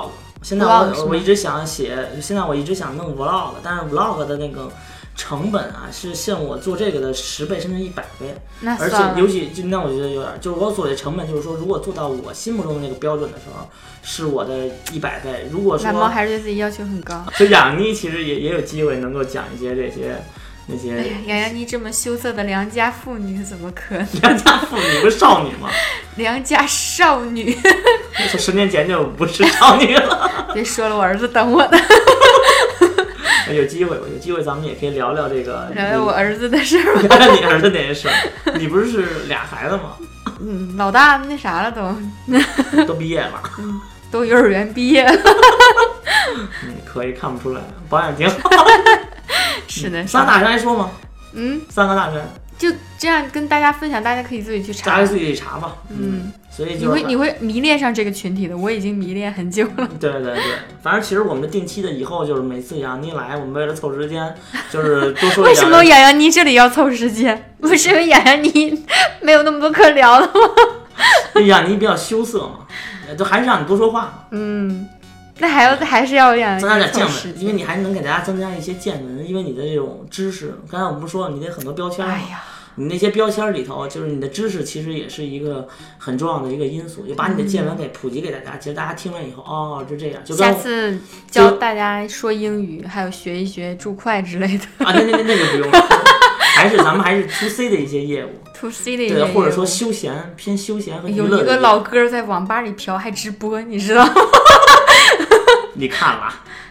现在我一直想写，现在我一直想弄 vlog， 但是 vlog 的那个成本啊是像我做这个的10倍甚至100倍，而且尤其就那我觉得有点，就是我所谓的成本，就是说如果做到我心目中的那个标准的时候，是我的100倍。如果说
蓝猫还是对自己要求很高，
就养妮其实也有机会能够讲一些这些那些。
哎呀，洋洋妮这么羞涩的良家妇女怎么可能？
良家妇女不是少女吗？
良家少女
，10年前就不是少女了。
别说了，我儿子等我呢。
有机会咱们也可以聊聊这个，
聊聊我儿子的事儿。
聊聊你儿子那些事儿。你不是俩孩子吗？
老大那啥了
都毕业了。
都幼儿园毕业了。
可以看不出来，保养挺好。
是的。
上大学还说吗？3个大学。
就这样跟大家分享，大家可以自己去查。
大家自己查吧。所以
你会迷恋上这个群体的，我已经迷恋很久了。
对，反正其实我们的定期的以后就是每次养妮来，我们为了凑时间，就是多说一点。
为什么养养妮这里要凑时间？不是因为养养妮没有那么多可聊的吗？
养妮比较羞涩嘛，就还是让你多说话嘛。
那还是要养
增加点见闻，因为你还能给大家增加一些见闻，因为你的这种知识，刚才我们不说了，你得很多标签。你那些标签里头，就是你的知识，其实也是一个很重要的一个因素，就把你的见闻给普及给大家。其实大家听了以后，就这样。就
下次教大家说英语，还有学一学注会之类的。
那就不用了。咱们还是 to C 的一些业务。
to C 的一些业务，
对，或者说偏休闲和娱乐的。
有一个老哥在网吧里嫖还直播，你知道吗？
你看了？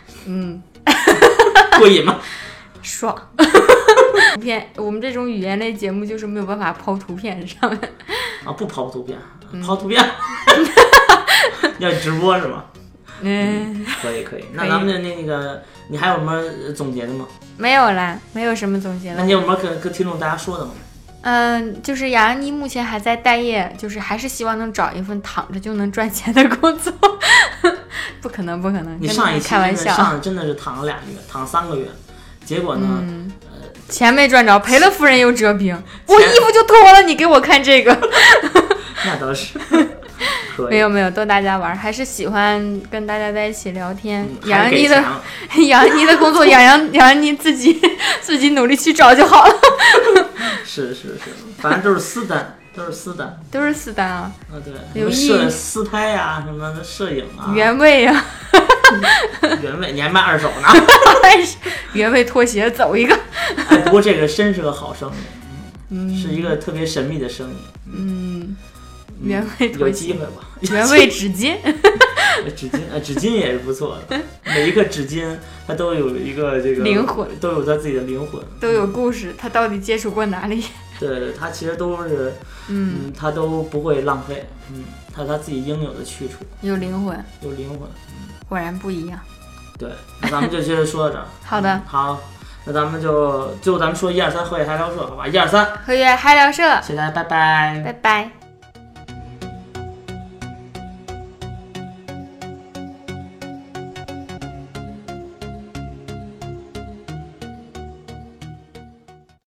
过瘾吗？
爽。图片，我们这种语言类节目就是没有办法抛图片上面。
不抛图片，抛图片。要直播是吗？可以。那咱们的那个，你还有什么总结的吗？
没有啦，没有什么总结了。
那你有什么跟听众大家说的吗？
就是杨洋妮目前还在待业，就是还是希望能找一份躺着就能赚钱的工作。不可能，
你上一期
开玩笑，
上真的是躺了2个月，躺3个月，结果呢，
钱没赚着，赔了夫人又折兵，我衣服就脱了，你给我看这个。
那倒是。
没有，逗大家玩，还是喜欢跟大家在一起聊天。杨洋妮的工作，杨洋妮自己努力去找就好了。
是，反正都是私单。
都是私单啊！
对，有私拍呀，什么的摄影啊，
原味啊，
原味，你还卖2手呢？
原味拖鞋走一个。
不过这个真是个好生意，是一个特别神秘的生意。
原味拖鞋，
有机会吧？
原味纸巾，
纸巾也是不错的。每一个纸巾它都有一个这个
灵魂，
都有它自己的灵魂，
都有故事。它到底接触过哪里？
对，它其实都是，它都不会浪费，它自己应有的去处，
有灵魂，果然不一样。
对，那咱们就接着说到这儿。
好的，
好，那咱们就最后咱们说123河野嗨聊社，好吧？123，
河野嗨聊社，
谢谢大家，拜拜，
拜拜。